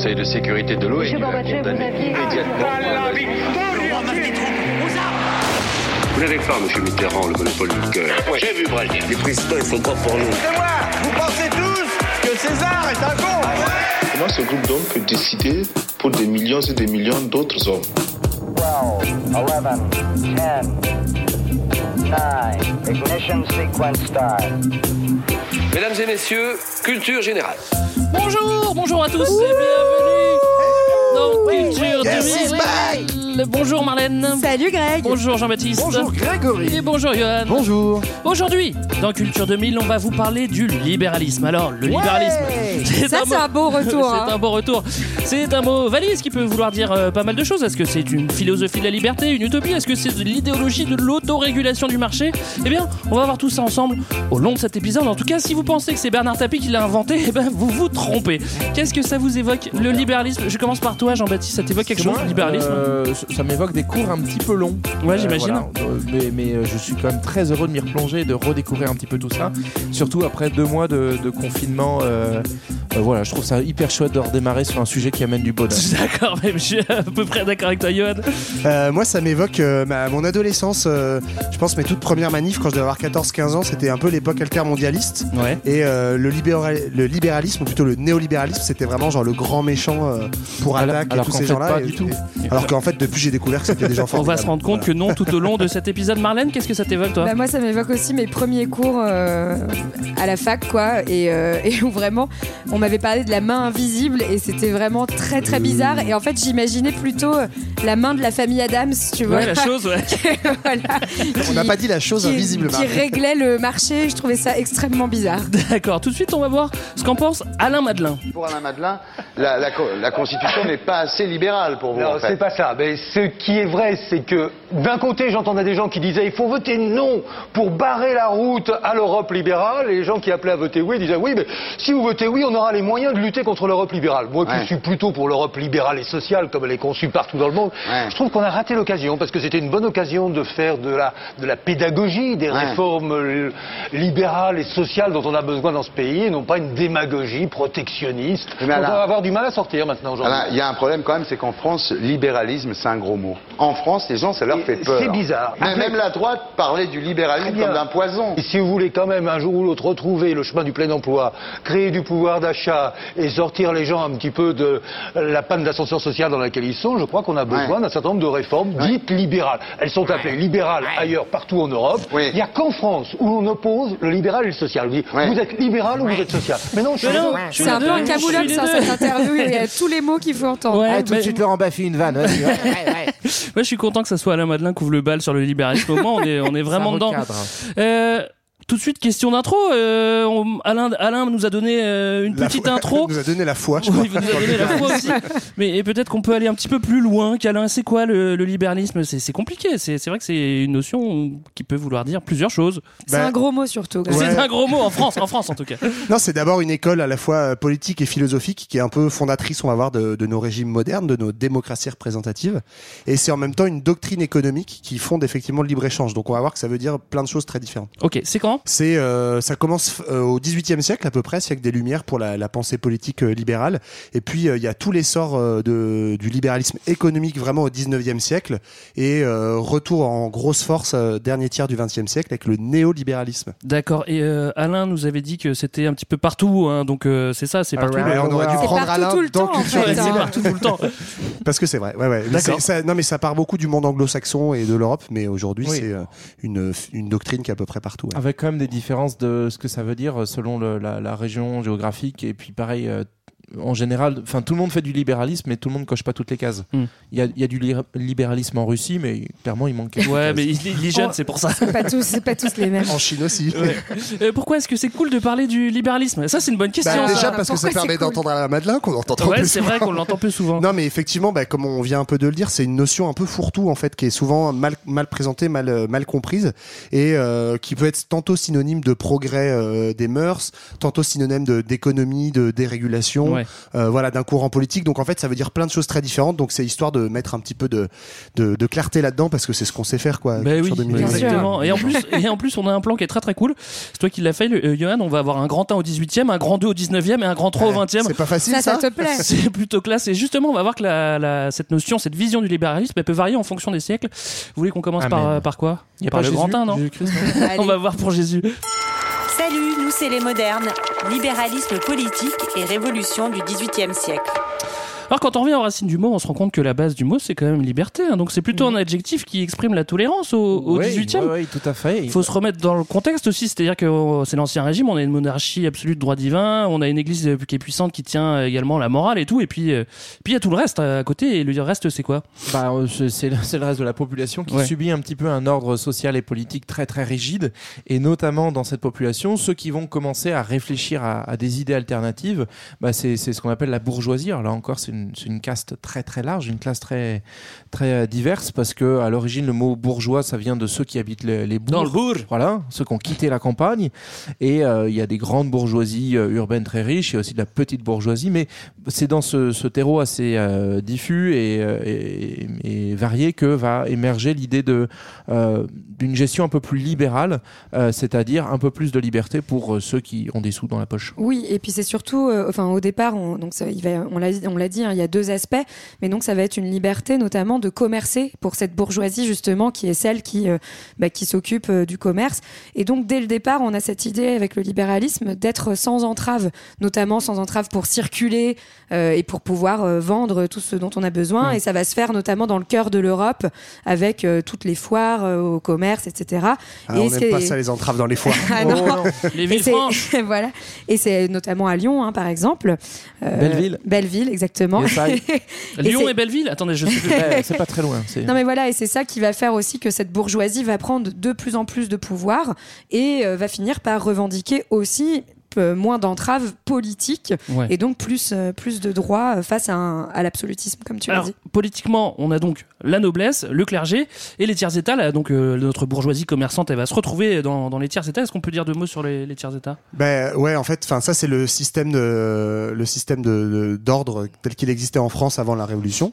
Conseil de sécurité de l'ONU a condamné immédiatement. Vous n'avez pas, M. Mitterrand, le monopole du cœur. Ouais, j'ai vu Brazil. Les présidents, ils sont pas pour nous. C'est moi. Vous pensez tous que César est un con? Comment ce groupe d'hommes peut décider pour des millions et des millions d'autres hommes? 12, 11, 10, 9, ignition sequence start. Mesdames et messieurs, culture générale. Bonjour à tous et bienvenue dans Culture 2000. Bonjour Marlène. Salut Greg. Bonjour Jean-Baptiste. Bonjour Grégory. Et bonjour Johan. Bonjour. Aujourd'hui, dans Culture 2000, on va vous parler du libéralisme. Alors, le libéralisme, c'est un beau retour. C'est un beau retour. C'est un mot valise qui peut vouloir dire pas mal de choses. Est-ce que c'est une philosophie de la liberté, une utopie? Est-ce que c'est de l'idéologie de l'autorégulation du marché? Eh bien, on va voir tout ça ensemble au long de cet épisode. En tout cas, si vous pensez que c'est Bernard Tapie qui l'a inventé, eh ben, vous vous trompez. Qu'est-ce que ça vous évoque, le libéralisme? Je commence par toi, Jean-Baptiste. Ça t'évoque quelque chose, le libéralisme? Ça m'évoque des cours un petit peu longs. Ouais, j'imagine. Voilà. Mais je suis quand même très heureux de m'y replonger et de redécouvrir un petit peu tout ça. Surtout après 2 mois de confinement. Voilà, je trouve ça hyper chouette de redémarrer sur un sujet qui amène du bonheur. D'accord, même je suis à peu près d'accord avec toi, Johan. Moi, ça m'évoque mon adolescence. Je pense mes toutes premières manifs, quand je devais avoir 14-15 ans, c'était un peu l'époque altermondialiste. Ouais. Et le libéralisme, ou plutôt le néolibéralisme, c'était vraiment genre le grand méchant pour attaque et tous ces gens-là. Pas du tout. Alors qu'en fait, depuis, j'ai découvert que c'était des gens formidables. On va se rendre compte que non, tout au long de cet épisode. Marlène, qu'est-ce que ça t'évoque, toi? Moi, ça m'évoque aussi mes premiers cours à la fac, quoi, et où vraiment on m'avait parlé de la main invisible et c'était vraiment très très bizarre. Et en fait, j'imaginais plutôt la main de la famille Adams, tu vois. Ouais, la chose, ouais. Voilà, on n'a pas dit la chose invisible, qui réglait le marché. Je trouvais ça extrêmement bizarre. D'accord, tout de suite, on va voir ce qu'en pense Alain Madelin. Pour Alain Madelin, la Constitution n'est pas assez libérale pour vous. Non, en fait. c'est pas ça. Mais ce qui est vrai, c'est que d'un côté, j'entendais des gens qui disaient il faut voter non pour barrer la route à l'Europe libérale, et les gens qui appelaient à voter oui disaient oui, mais si vous votez oui, on aura les moyens de lutter contre l'Europe libérale. Moi qui suis plutôt pour l'Europe libérale et sociale, comme elle est conçue partout dans le monde, je trouve qu'on a raté l'occasion, parce que c'était une bonne occasion de faire de la pédagogie, des réformes libérales et sociales dont on a besoin dans ce pays, et non pas une démagogie protectionniste. On va avoir du mal à sortir maintenant aujourd'hui. Il y a un problème quand même, c'est qu'en France, libéralisme, c'est un gros mot. En France, les gens, ça leur fait peur. C'est bizarre. Même la droite parlait du libéralisme comme d'un poison. Et si vous voulez quand même un jour ou l'autre retrouver le chemin du plein emploi, créer du pouvoir d'achat et sortir les gens un petit peu de la panne d'ascenseur sociale dans laquelle ils sont, je crois qu'on a besoin d'un certain nombre de réformes dites libérales. Elles sont appelées libérales ailleurs, partout en Europe. Il n'y a qu'en France où on oppose le libéral et le social. Vous êtes libéral ou vous êtes social? Mais non, c'est un peu un camoulox, cette interview. Il y a tous les mots qu'il faut entendre. Tout de suite, Laurent Baffy, une vanne. Vas-y, Moi, je suis content que ça soit Alain Madelin qui ouvre le bal sur le libéralisme. Au moins, on est vraiment dedans. Tout de suite, question d'intro. Alain nous a donné une petite intro. Il nous a donné la foi, je crois. Oui, il nous a donné la foi aussi. Mais peut-être qu'on peut aller un petit peu plus loin qu'Alain. C'est quoi le libéralisme? C'est compliqué. C'est vrai que c'est une notion qui peut vouloir dire plusieurs choses. C'est un gros mot surtout. C'est un gros mot en France en tout cas. Non, c'est d'abord une école à la fois politique et philosophique qui est un peu fondatrice, on va voir, de nos régimes modernes, de nos démocraties représentatives. Et c'est en même temps une doctrine économique qui fonde effectivement le libre-échange. Donc on va voir que ça veut dire plein de choses très différentes. Ok, c'est quand? Ça commence au XVIIIe siècle à peu près, siècle des Lumières pour la pensée politique libérale. Et puis il y a tout l'essor du libéralisme économique vraiment au XIXe siècle et retour en grosse force dernier tiers du XXe siècle avec le néolibéralisme. D'accord. Et Alain nous avait dit que c'était un petit peu partout, hein, donc c'est ça, c'est partout. On aurait dû prendre Alain tout le temps. C'est partout tout le temps. Parce que c'est vrai. Ouais. Mais ça part beaucoup du monde anglo-saxon et de l'Europe, mais aujourd'hui c'est une doctrine qui est à peu près partout. Ouais. Avec quand même des différences de ce que ça veut dire selon la région géographique, et puis pareil en général, enfin tout le monde fait du libéralisme, mais tout le monde coche pas toutes les cases. Il y a du libéralisme en Russie, mais clairement il manque quelques cases. Mais il est jeune, c'est pour ça. C'est pas tous les mêmes. En Chine aussi. Pourquoi est-ce que c'est cool de parler du libéralisme? Ça, c'est une bonne question. Déjà parce que ça permet d'entendre Alain Madelin qu'on entend trop plus. C'est vrai qu'on l'entend plus souvent. Non, mais effectivement, comme on vient un peu de le dire, c'est une notion un peu fourre-tout en fait, qui est souvent mal présentée, mal comprise, et qui peut être tantôt synonyme de progrès des mœurs, tantôt synonyme d'économie, de dérégulation. voilà, d'un courant politique. Donc en fait, ça veut dire plein de choses très différentes. Donc c'est histoire de mettre un petit peu de clarté là-dedans parce que c'est ce qu'on sait faire, quoi. Ben oui, sur 2020. exactement. Et en plus, on a un plan qui est très très cool. C'est toi qui l'as fait, Johan. On va avoir un grand 1 au 18e, un grand 2 au 19e et un grand 3 au 20e. C'est pas facile, ça te plaît. C'est plutôt classe. Et justement, on va voir que cette notion, cette vision du libéralisme, elle peut varier en fonction des siècles. Vous voulez qu'on commence par quoi? Il y a par pas le Jésus, grand 1, non? On va voir pour Jésus. Salut, nous c'est les modernes. Libéralisme politique et révolution du XVIIIe siècle. Alors quand on revient aux racines du mot, on se rend compte que la base du mot c'est quand même liberté, hein. Donc c'est plutôt un adjectif qui exprime la tolérance au 18e. Oui, tout à fait. Il faut se remettre dans le contexte aussi, c'est-à-dire que c'est l'ancien régime, on a une monarchie absolue de droit divin, on a une église qui est puissante qui tient également la morale et tout, et puis il y a tout le reste à côté, et le reste c'est quoi? C'est le reste de la population qui subit un petit peu un ordre social et politique très très rigide, et notamment dans cette population, ceux qui vont commencer à réfléchir à des idées alternatives, c'est ce qu'on appelle la bourgeoisie. Alors là encore, c'est une caste très très large, une classe très très diverse, parce que à l'origine le mot bourgeois ça vient de ceux qui habitent les bourgs, dans le bourg, voilà, ceux qui ont quitté la campagne, et il y a des grandes bourgeoisies urbaines très riches, il y a aussi de la petite bourgeoisie, mais c'est dans ce terreau assez diffus et varié que va émerger l'idée d'une gestion un peu plus libérale, c'est-à-dire un peu plus de liberté pour ceux qui ont des sous dans la poche. Oui, et puis c'est surtout, au départ, on l'a dit, hein, il y a deux aspects, mais donc ça va être une liberté notamment de commercer pour cette bourgeoisie justement qui est celle qui s'occupe du commerce. Et donc dès le départ, on a cette idée avec le libéralisme d'être sans entrave, notamment sans entrave pour circuler et pour pouvoir vendre tout ce dont on a besoin. Et ça va se faire notamment dans le cœur de l'Europe avec toutes les foires au commerce, etc. Ah, on n'aime pas ça, les entraves dans les foires. Ah, non. Les villes franches. Voilà. Et c'est notamment à Lyon, hein, par exemple. Belleville, exactement. Lyon et Belleville. Attendez, je sais plus. C'est pas très loin. Non mais voilà, et c'est ça qui va faire aussi que cette bourgeoisie va prendre de plus en plus de pouvoir et va finir par revendiquer aussi moins d'entraves politiques et donc plus de droits face à l'absolutisme, comme tu l'as dit. Politiquement, on a donc la noblesse, le clergé et les tiers états. Là, donc notre bourgeoisie commerçante, elle va se retrouver dans les tiers états. Est-ce qu'on peut dire deux mots sur les tiers états? Ouais, en fait, ça c'est le système d'ordre tel qu'il existait en France avant la Révolution.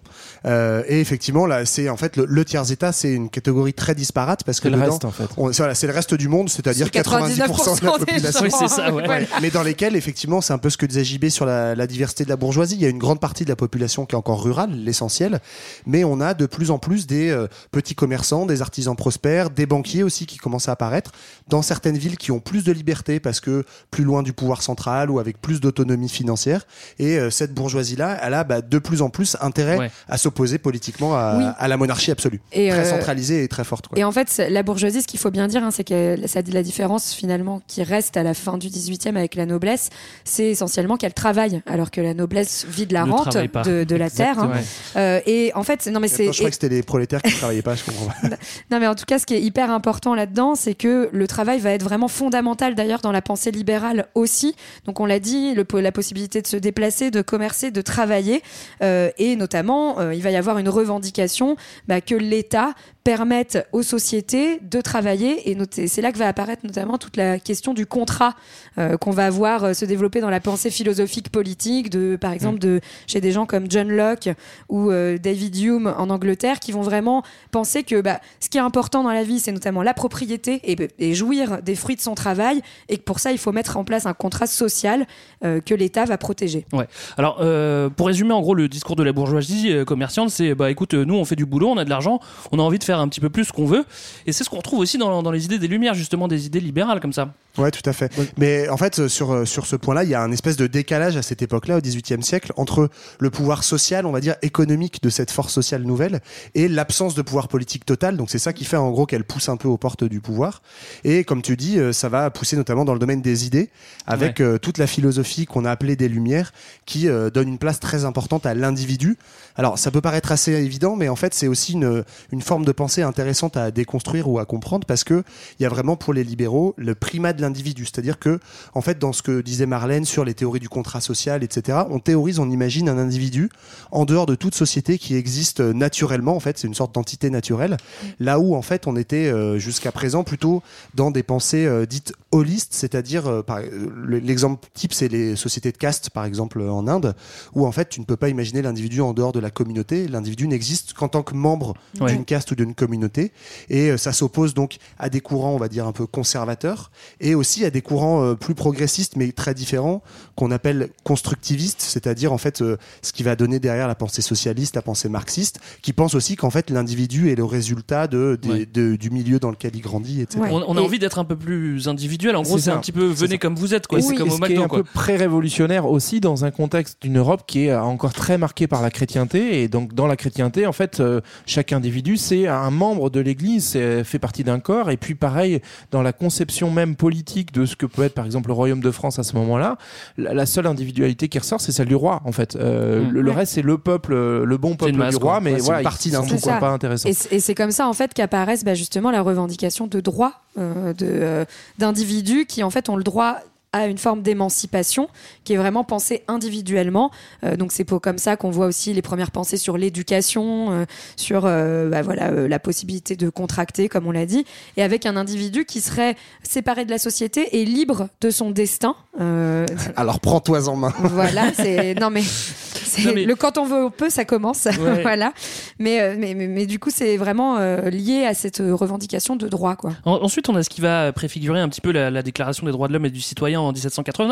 Et effectivement, là, c'est en fait le tiers état, c'est une catégorie très disparate parce que c'est le dedans, reste en fait. C'est le reste du monde, c'est-à-dire 90% de la population. Oui, c'est ça. Ouais. Mais dans lesquels, effectivement, c'est un peu ce que disait JB sur la diversité de la bourgeoisie. Il y a une grande partie de la population qui est encore rurale, l'essentiel, mais on a de plus en plus des petits commerçants, des artisans prospères, des banquiers aussi qui commencent à apparaître dans certaines villes qui ont plus de liberté parce que plus loin du pouvoir central ou avec plus d'autonomie financière. Et cette bourgeoisie-là, elle a de plus en plus intérêt à s'opposer politiquement à la monarchie absolue. Et très centralisée et très forte. Quoi. Et en fait, la bourgeoisie, ce qu'il faut bien dire, c'est que ça dit la différence finalement qui reste à la fin du 18e avec la noblesse, c'est essentiellement qu'elle travaille, alors que la noblesse vit de la rente de la terre. Hein. Et en fait, non mais c'est. Je crois que c'était les prolétaires qui travaillaient pas, je comprends pas. Non mais en tout cas, ce qui est hyper important là-dedans, c'est que le travail va être vraiment fondamental d'ailleurs dans la pensée libérale aussi. Donc on l'a dit, la possibilité de se déplacer, de commercer, de travailler, et notamment, il va y avoir une revendication que l'État permette aux sociétés de travailler, et c'est là que va apparaître notamment toute la question du contrat qu'on va voir se développer dans la pensée philosophique politique par exemple chez des gens comme John Locke ou David Hume en Angleterre, qui vont vraiment penser que ce qui est important dans la vie, c'est notamment la propriété et jouir des fruits de son travail, et que pour ça il faut mettre en place un contrat social que l'État va protéger. Ouais. Alors pour résumer en gros le discours de la bourgeoisie commerçante, c'est écoute, nous on fait du boulot, on a de l'argent, on a envie de faire un petit peu plus ce qu'on veut, et c'est ce qu'on retrouve aussi dans les idées des Lumières, justement, des idées libérales comme ça. Ouais, tout à fait. Ouais. Mais en fait, sur ce point-là, il y a un espèce de décalage à cette époque-là, au XVIIIe siècle, entre le pouvoir social, on va dire économique de cette force sociale nouvelle, et l'absence de pouvoir politique total. Donc c'est ça qui fait en gros qu'elle pousse un peu aux portes du pouvoir. Et comme tu dis, ça va pousser notamment dans le domaine des idées, avec toute la philosophie qu'on a appelée des Lumières, qui donne une place très importante à l'individu. Alors ça peut paraître assez évident, mais en fait c'est aussi une forme de pensée intéressante à déconstruire ou à comprendre parce que il y a vraiment pour les libéraux le primat de l'individu. C'est-à-dire que, en fait, dans ce que disait Marlène sur les théories du contrat social, etc., on imagine un individu en dehors de toute société qui existe naturellement. En fait, c'est une sorte d'entité naturelle. Là où, en fait, on était jusqu'à présent plutôt dans des pensées dites holistes, c'est-à-dire, l'exemple type, c'est les sociétés de caste, par exemple, en Inde, où, en fait, tu ne peux pas imaginer l'individu en dehors de la communauté. L'individu n'existe qu'en tant que membre d'une caste ou d'une communauté. Et ça s'oppose donc à des courants, on va dire, un peu conservateurs, et aussi à des courants plus progressistes, mais très différents, qu'on appelle constructivistes, c'est-à-dire, en fait, ce qui va donner derrière la pensée socialiste, la pensée marxiste, qui pense aussi qu'en fait, l'individu est le résultat du milieu dans lequel il grandit, etc. On a envie d'être un peu plus individuel. En gros, c'est un petit peu venez comme vous êtes, quoi. C'est comme au McDo, qui est un quoi. peu pré-révolutionnaire aussi dans un contexte d'une Europe qui est encore très marquée par la chrétienté. Et donc, dans la chrétienté, en fait, chaque individu, c'est un membre de l'Église, fait partie d'un corps. Et puis, pareil, dans la conception même politique de ce que peut être, par exemple, le Royaume de France à ce moment-là, la seule individualité qui ressort, c'est celle du roi, en fait. Le reste, c'est le peuple, le bon peuple du roi, mais voilà, c'est partie d'un tout, pas intéressant. Et c'est comme ça, en fait, qu'apparaissent justement la revendication de droits d'individus qui, en fait, ont le droit à une forme d'émancipation qui est vraiment pensée individuellement. Donc c'est comme ça qu'on voit aussi les premières pensées sur l'éducation, sur la possibilité de contracter, comme on l'a dit, et avec un individu qui serait séparé de la société et libre de son destin. Alors prends-toi en main. Voilà, le quand on veut on peut, ça commence. Ouais. Voilà. Mais du coup, c'est vraiment lié à cette revendication de droit, quoi. Ensuite, on a ce qui va préfigurer un petit peu la Déclaration des droits de l'homme et du citoyen en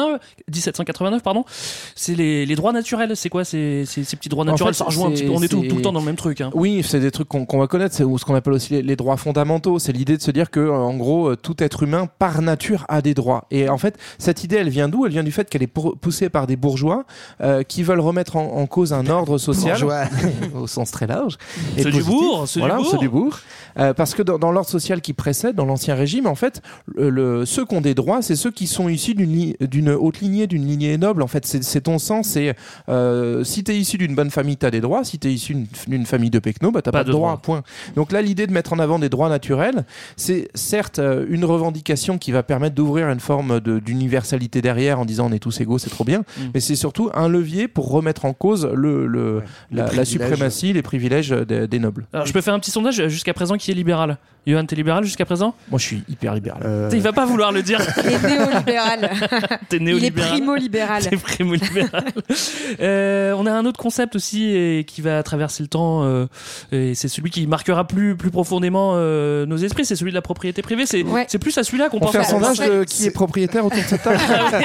1789, pardon. C'est les droits naturels. C'est quoi ces petits droits naturels? Ça rejoint un petit peu. On est tout le temps dans le même truc. Hein. Oui, c'est des trucs qu'on va connaître. C'est ce qu'on appelle aussi les droits fondamentaux. C'est l'idée de se dire que, en gros, tout être humain par nature a des droits. Et en fait, cette idée, elle vient d'où? Elle vient du fait qu'elle est poussée par des bourgeois qui veulent remettre en cause un ordre social au sens très large. Ceux du bourg. Ceux du bourg. Parce que dans l'ordre social qui précède, dans l'Ancien Régime, en fait, ceux qui ont des droits, c'est ceux qui sont issus d'une haute lignée, d'une lignée noble. En fait, c'est ton sang. C'est si t'es issu d'une bonne famille, t'as des droits. Si t'es issu d'une famille de pecno, t'as pas de droits. Point. Donc là, l'idée de mettre en avant des droits naturels, c'est certes une revendication qui va permettre d'ouvrir une forme d'universalité derrière en disant on est tous égaux, c'est trop bien. Mais c'est surtout un levier pour remettre en cause la suprématie, les privilèges des nobles. Alors, je peux faire un petit sondage jusqu'à présent qui est libéral. Johan, t'es libéral jusqu'à présent? Moi, je suis hyper libéral. Il va pas vouloir le dire. Il est néolibéral. T'es néolibéral. Il est primo-libéral. T'es primo-libéral. On a un autre concept aussi qui va traverser le temps et c'est celui qui marquera plus profondément nos esprits. C'est celui de la propriété privée. C'est plus à celui-là qu'on pense. On fait un sondage de qui est propriétaire autour de cette table.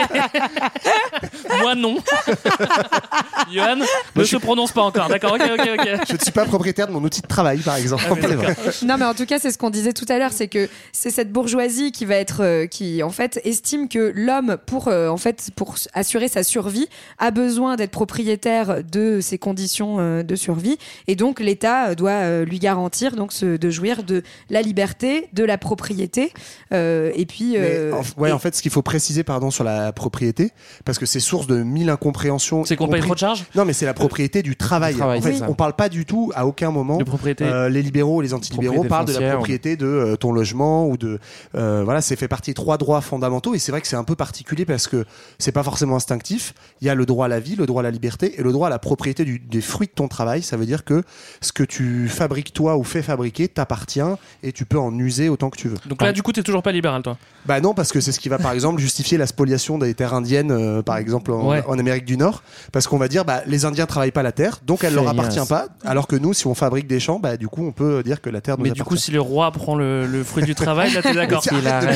Moi, non. Johan ne se prononce pas encore. D'accord, ok. Je ne suis pas propriétaire de mon outil de travail, par exemple. Non, mais en tout cas, c'est ce qu'on disait tout à l'heure, c'est que c'est cette bourgeoisie qui va être, qui en fait estime que l'homme, pour assurer sa survie, a besoin d'être propriétaire de ses conditions de survie, et donc l'État doit lui garantir donc de jouir de la liberté, de la propriété, et puis. En fait, ce qu'il faut préciser, sur la propriété, parce que c'est source de mille incompréhensions. C'est qu'on paye trop de charges. Non, mais c'est la propriété du travail. En fait, on parle pas du tout, à aucun moment, de propriété. Les libéraux, les antilibéraux parlent de la propriété de ton logement ou de c'est fait partie de 3 droits fondamentaux, et c'est vrai que c'est un peu particulier parce que c'est pas forcément instinctif. Il y a le droit à la vie, le droit à la liberté et le droit à la propriété des fruits de ton travail. Ça veut dire que ce que tu fabriques toi ou fais fabriquer t'appartient et tu peux en user autant que tu veux. Donc là, du coup, t'es toujours pas libéral, toi? Bah non, parce que c'est ce qui va par exemple justifier la spoliation des terres indiennes, par exemple en Amérique du Nord, parce qu'on va dire les Indiens travaillent pas la terre, donc elle leur appartient pas, alors que nous, si on fabrique des champs, du coup on peut dire que la terre nous appartient. Mais du coup, si le roi prend le fruit du travail, là t'es d'accord?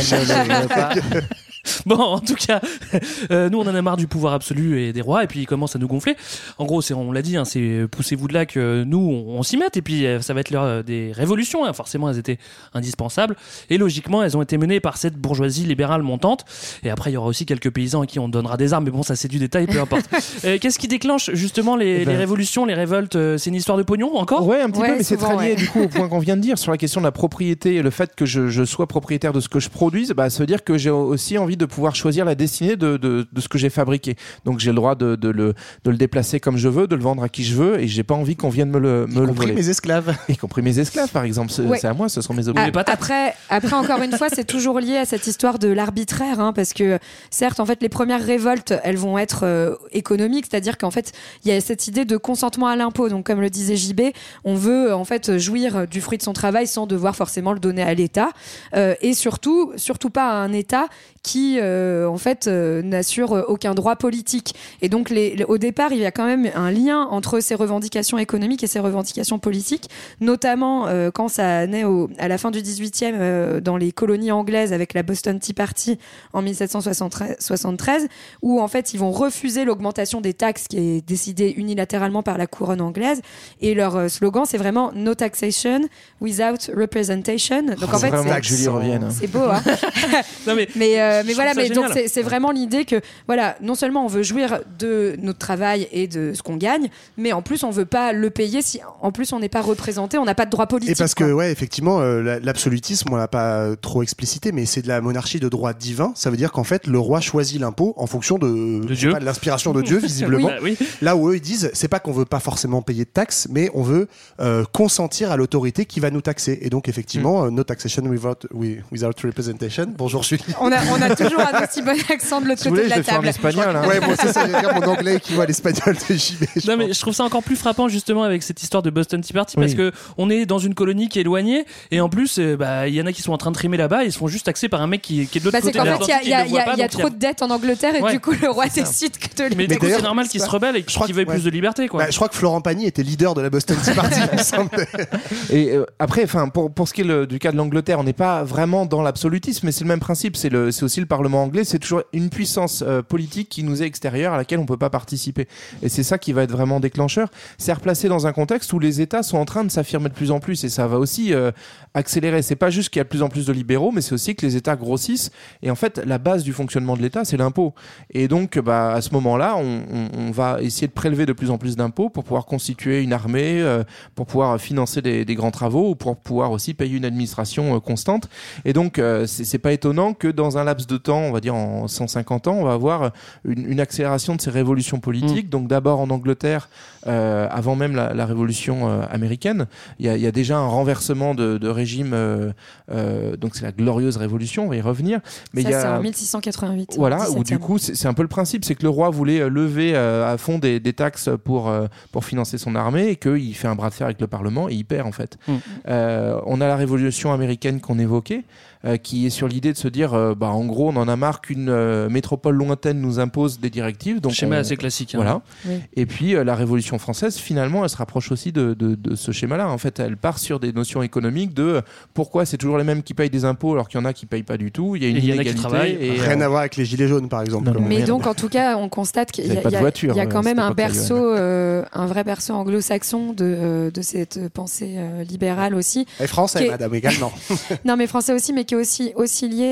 Bon, en tout cas, nous on en a marre du pouvoir absolu et des rois, et puis il commence à nous gonfler. En gros, on l'a dit, c'est poussez-vous de là que nous on s'y mette, et puis ça va être l'heure des révolutions. Hein. Forcément, elles étaient indispensables, et logiquement, elles ont été menées par cette bourgeoisie libérale montante. Et après, il y aura aussi quelques paysans à qui on donnera des armes, mais bon, ça c'est du détail, peu importe. Qu'est-ce qui déclenche justement les révolutions, les révoltes? C'est une histoire de pognon encore? Ouais, un petit peu, mais c'est très lié du coup au point qu'on vient de dire sur la question de la propriété et le fait que je sois propriétaire de ce que je produise. Ça veut dire que j'ai aussi envie envie de pouvoir choisir la destinée de ce que j'ai fabriqué. Donc j'ai le droit de le déplacer comme je veux, de le vendre à qui je veux, et j'ai pas envie qu'on vienne me le voler. Y compris mes esclaves. Y compris mes esclaves, par exemple. C'est à moi, ce sont mes objets. Après, encore une fois, c'est toujours lié à cette histoire de l'arbitraire, hein, parce que certes, en fait, les premières révoltes, elles vont être économiques, c'est-à-dire qu'en fait, il y a cette idée de consentement à l'impôt. Donc, comme le disait JB, on veut en fait jouir du fruit de son travail sans devoir forcément le donner à l'État, et surtout pas à un État qui en fait n'assure aucun droit politique. Et donc au départ, il y a quand même un lien entre ces revendications économiques et ces revendications politiques, notamment quand ça naît à la fin du 18e dans les colonies anglaises avec la Boston Tea Party en 1773, où en fait ils vont refuser l'augmentation des taxes qui est décidée unilatéralement par la couronne anglaise, et leur slogan c'est vraiment no taxation without representation. Donc en fait c'est que Julie revienne. C'est beau, hein. Non, mais voilà, mais donc c'est vraiment l'idée que voilà, non seulement on veut jouir de notre travail et de ce qu'on gagne, mais en plus on veut pas le payer si en plus on n'est pas représenté, on n'a pas de droit politique. Et parce que ouais, effectivement, l'absolutisme, on l'a pas trop explicité, mais c'est de la monarchie de droit divin. Ça veut dire qu'en fait le roi choisit l'impôt en fonction de Dieu, de l'inspiration de Dieu visiblement. Oui. Là où eux ils disent, c'est pas qu'on veut pas forcément payer de taxes, mais on veut consentir à l'autorité qui va nous taxer. Et donc effectivement, no taxation without representation. Bonjour Julie. On a toujours un aussi bon accent de l'autre côté de la table. En espagnol, hein. Ouais, moi c'est ça, mon anglais qui voit l'espagnol de JB. Non, mais je trouve ça encore plus frappant justement avec cette histoire de Boston Tea Party, parce que on est dans une colonie qui est éloignée, et en plus il y en a qui sont en train de trimer là-bas, et ils se font juste taxer par un mec qui est de l'autre côté. C'est qu'en fait il y a trop de dettes en Angleterre, et du coup le roi décide que de les... Mais du coup c'est normal qu'ils se rebellent et qu'ils veuillent plus de liberté, quoi. Je crois que Florent Pagny était leader de la Boston Tea Party, il me semble. Et après, pour ce qui est du cas de l'Angleterre, on n'est pas vraiment dans l'absolutisme, mais c'est le même principe. C'est aussi le Parlement anglais. C'est toujours une puissance politique qui nous est extérieure, à laquelle on peut pas participer. Et c'est ça qui va être vraiment déclencheur. C'est replacé dans un contexte où les États sont en train de s'affirmer de plus en plus, et ça va aussi accélérer. C'est pas juste qu'il y a de plus en plus de libéraux, mais c'est aussi que les États grossissent. Et en fait, la base du fonctionnement de l'État, c'est l'impôt. Et donc, à ce moment-là, on va essayer de prélever de plus en plus d'impôts pour pouvoir constituer une armée, pour pouvoir financer des grands travaux, ou pour pouvoir aussi payer une administration constante. Et donc, c'est pas étonnant que dans un laps de temps, on va dire en 150 ans, on va avoir une accélération de ces révolutions politiques. Donc d'abord en Angleterre, avant même la révolution américaine, il y a déjà un renversement de régime. Donc c'est la glorieuse révolution, on va y revenir. Mais ça, c'est en 1688. Voilà, où du coup c'est un peu le principe, c'est que le roi voulait lever à fond des taxes pour financer son armée, et qu'il fait un bras de fer avec le Parlement et il perd en fait. On a la révolution américaine qu'on évoquait, qui est sur l'idée de se dire en gros on en a marre qu'une métropole lointaine nous impose des directives, donc schéma assez classique, hein. Voilà. Oui. Et puis la révolution française, finalement elle se rapproche aussi de ce schéma-là. En fait, elle part sur des notions économiques de pourquoi c'est toujours les mêmes qui payent des impôts alors qu'il y en a qui payent pas du tout. Il y a une inégalité, et rien à voir avec les gilets jaunes par exemple. Mais donc en tout cas on constate qu'il y a quand même un berceau, un vrai berceau anglo-saxon de cette pensée libérale aussi. Et français, madame, également. Non, mais français aussi, mais qui est aussi lié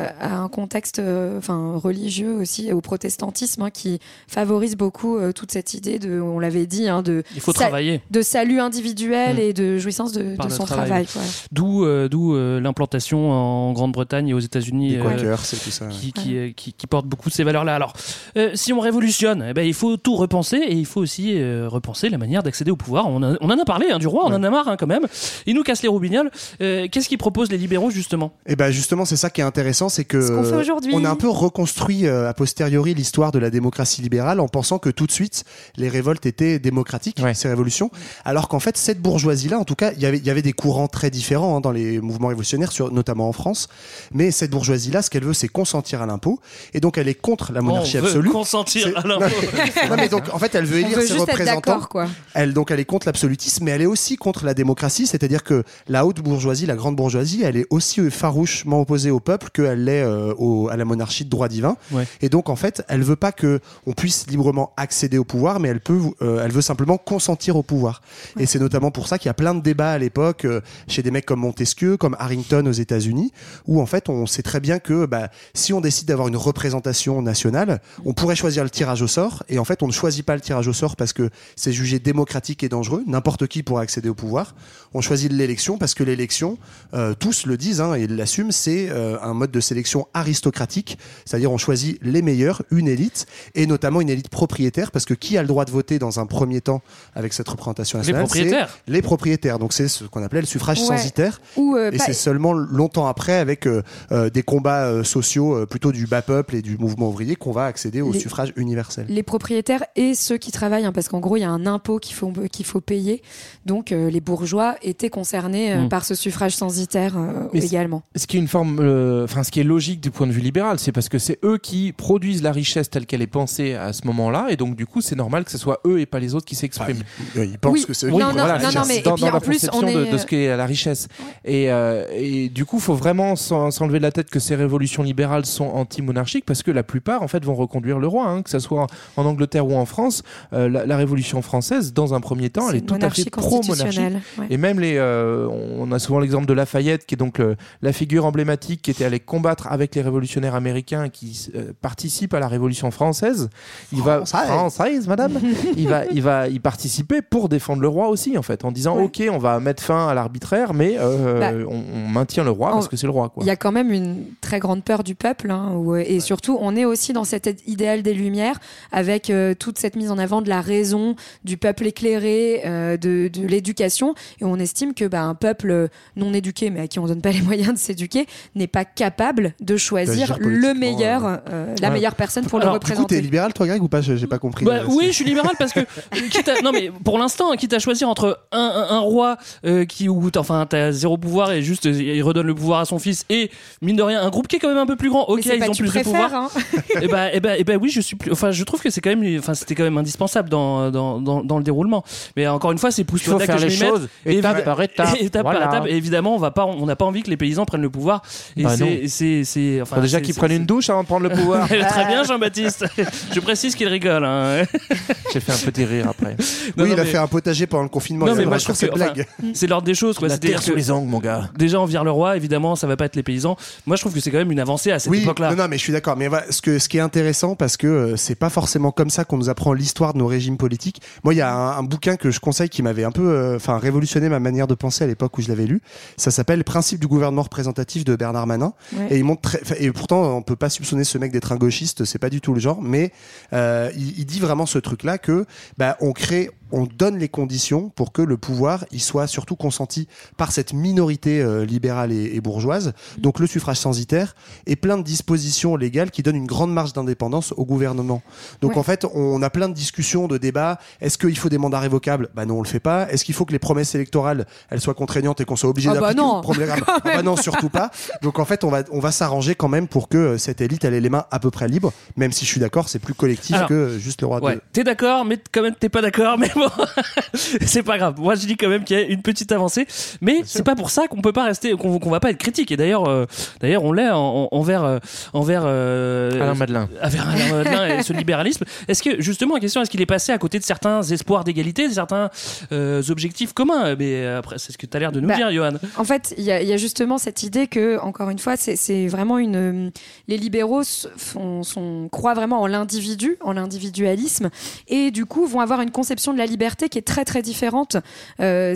à un contexte religieux aussi, au protestantisme, hein, qui favorise beaucoup toute cette idée on l'avait dit, hein, il faut travailler, de salut individuel et de jouissance de son travail. D'où l'implantation en Grande-Bretagne et aux États-Unis, des Quakers, c'est tout ça. Qui porte beaucoup de ces valeurs-là. Alors, si on révolutionne, il faut tout repenser, et il faut aussi repenser la manière d'accéder au pouvoir. On en a parlé, hein, du roi, on en a marre, hein, quand même. Il nous casse les roubignoles. Qu'est-ce qu'ils proposent les libéraux justement ? Justement, c'est ça qui est intéressant, c'est que ce qu'on fait aujourd'hui. On a un peu reconstruit a posteriori l'histoire de la démocratie libérale en pensant que tout de suite les révoltes étaient démocratiques, ces révolutions, alors qu'en fait cette bourgeoisie-là, en tout cas, il y avait des courants très différents dans les mouvements révolutionnaires, notamment en France, mais cette bourgeoisie-là, ce qu'elle veut, c'est consentir à l'impôt, et donc elle est contre la monarchie absolue. Consentir à l'impôt. Non, mais donc en fait, elle veut élire ses représentants. Elle est contre l'absolutisme, mais elle est aussi contre la démocratie, c'est-à-dire que la haute bourgeoisie, la grande bourgeoisie, elle est aussi farouchement opposée au peuple qu'elle l'est à la monarchie de droit divin. Et donc en fait, elle veut pas que on puisse librement accéder au pouvoir, mais elle veut simplement consentir au pouvoir. Et c'est notamment pour ça qu'il y a plein de débats à l'époque chez des mecs comme Montesquieu, comme Harrington aux États-Unis, où en fait on sait très bien que si on décide d'avoir une représentation nationale, on pourrait choisir le tirage au sort, et en fait on ne choisit pas le tirage au sort parce que c'est jugé démocratique et dangereux, n'importe qui pourrait accéder au pouvoir. On choisit l'élection parce que l'élection, tous le disent, hein, et l'assument, c'est un mode de sélection aristocratique, c'est-à-dire on choisit les meilleurs, une élite, et notamment une élite propriétaire, parce que qui a le droit de voter dans un premier temps avec cette représentation nationale? Les propriétaires. Donc c'est ce qu'on appelait le suffrage censitaire. Et c'est seulement longtemps après, avec des combats sociaux plutôt du bas peuple et du mouvement ouvrier, qu'on va accéder au suffrage universel. Les propriétaires et ceux qui travaillent, hein, parce qu'en gros il y a un impôt qu'il faut payer. Donc les bourgeois étaient concernés par ce suffrage censitaire également. Ce qui est une forme, ce qui est logique du point de vue libéral, c'est parce que c'est eux qui produisent la richesse telle qu'elle est pensée à ce moment-là, et donc du coup c'est normal que ce soit eux et pas les autres qui s'expriment. Ils pensent que c'est eux. Non, mais dans la conception de ce qu'est la richesse. Et du coup, faut vraiment s'enlever de la tête que ces révolutions libérales sont anti-monarchiques, parce que la plupart en fait vont reconduire le roi, que ce soit en Angleterre ou en France. La Révolution française, dans un premier temps, elle est tout à fait pro-monarchique. Et même on a souvent l'exemple de Lafayette, qui est donc la figure emblématique qui était allé combattre avec les révolutionnaires américains, qui participe à la Révolution française. Française, madame. il va y participer pour défendre le roi aussi, en fait, en disant ok, on va mettre fin à l'arbitraire, mais on maintient le roi parce que c'est le roi. Il y a quand même une très grande peur du peuple, et surtout on est aussi dans cet idéal des Lumières, avec toute cette mise en avant de la raison, du peuple éclairé, de l'éducation, et on estime que un peuple non éduqué, mais à qui on donne pas les moyens de s'éduquer, n'est pas capable de choisir le meilleur, la meilleure personne pour le représenter. Du coup, t'es libéral toi, Greg, ou pas? J'ai pas compris. Oui, je suis libéral parce que non mais pour l'instant, quitte à choisir entre un roi où t'as zéro pouvoir et juste il redonne le pouvoir à son fils, et mine de rien un groupe qui est quand même un peu plus grand, ok, ils ont plus de pouvoir. Et oui, je trouve que c'est quand même, c'était quand même indispensable dans le déroulement. Mais encore une fois, c'est pousse-toi il faut faire les choses étape par étape. Et évidemment, on n'a pas envie que les paysans prennent le pouvoir. Et déjà qu'ils prennent une douche avant de prendre le pouvoir. Très bien, Jean-Baptiste. Je précise qu'il rigole. J'ai fait un petit rire après. Il a fait un potager pendant le confinement. Non, mais moi je trouve que c'est l'ordre des choses. La terre sous les ongles, mon gars. Déjà, on vire le roi, évidemment, ça va pas être les paysans. Moi, je trouve que c'est quand même une avancée à cette époque-là. Non, mais je suis d'accord. Mais ce qui est intéressant, parce que c'est pas forcément comme ça qu'on nous apprend l'histoire de nos régimes politiques. Moi, il y a un bouquin que je conseille qui m'avait un peu révolutionné ma manière de penser à l'époque où je l'avais lu. Ça s'appelle Principe du gouvernement représentatif de Bernard Manin. Et il montre et pourtant on peut pas soupçonner ce mec d'être un gauchiste, c'est pas du tout le genre, mais il dit vraiment ce truc-là que on donne les conditions pour que le pouvoir il soit surtout consenti par cette minorité libérale et bourgeoise, donc le suffrage censitaire, et plein de dispositions légales qui donnent une grande marge d'indépendance au gouvernement. Donc en fait, on a plein de discussions, de débats. Est-ce qu'il faut des mandats révocables? Non, on le fait pas. Est-ce qu'il faut que les promesses électorales elles soient contraignantes et qu'on soit obligé d'appliquer non. Non, surtout pas. Donc en fait, on va s'arranger quand même pour que cette élite elle ait les mains à peu près libres, même si je suis d'accord, c'est plus collectif que juste le roi. T'es d'accord, mais quand même t'es pas d'accord, mais bon, c'est pas grave. Moi, je dis quand même qu'il y a une petite avancée, mais c'est pas pour ça qu'on peut pas rester, qu'on va pas être critique. Et d'ailleurs, on l'est envers Alain Madelin. Envers Alain Madelin et ce libéralisme. Est-ce que justement, la question, est-ce qu'il est passé à côté de certains espoirs d'égalité, de certains objectifs communs? Mais après, c'est ce que tu as l'air de nous dire, Johan. En fait, il y a justement cette idée que, encore une fois, c'est vraiment les libéraux croient vraiment en l'individu, en l'individualisme, et du coup vont avoir une conception de la liberté qui est très très différente. C'est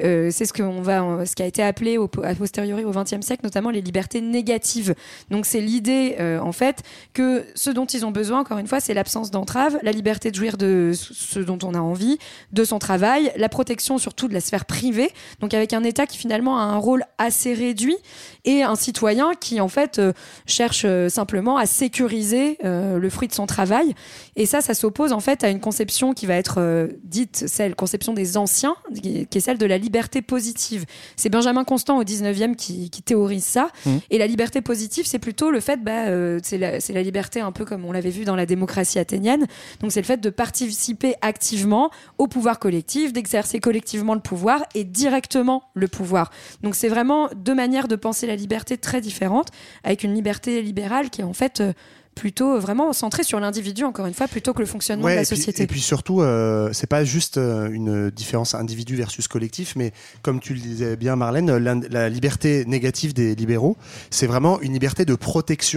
ce qui a été appelé a posteriori au XXe siècle, notamment les libertés négatives. Donc c'est l'idée en fait que ce dont ils ont besoin, encore une fois, c'est l'absence d'entrave, la liberté de jouir de ce dont on a envie, de son travail, la protection surtout de la sphère privée. Donc avec un État qui finalement a un rôle assez réduit, et un citoyen qui en fait cherche simplement à sécuriser le fruit de son travail. Et ça s'oppose en fait à une conception qui va être dite conception des anciens, qui est celle de la liberté positive. C'est Benjamin Constant au 19e qui théorise ça. Et la liberté positive, c'est plutôt le fait, c'est la liberté un peu comme on l'avait vu dans la démocratie athénienne. Donc c'est le fait de participer activement au pouvoir collectif, d'exercer collectivement le pouvoir et directement le pouvoir. Donc c'est vraiment deux manières de penser la liberté très différentes, avec une liberté libérale qui est en fait plutôt vraiment centré sur l'individu, encore une fois, plutôt que le fonctionnement de la société. Et puis surtout, c'est pas juste une différence individu versus collectif, mais comme tu le disais bien, Marlène, la liberté négative des libéraux, c'est vraiment une liberté de protection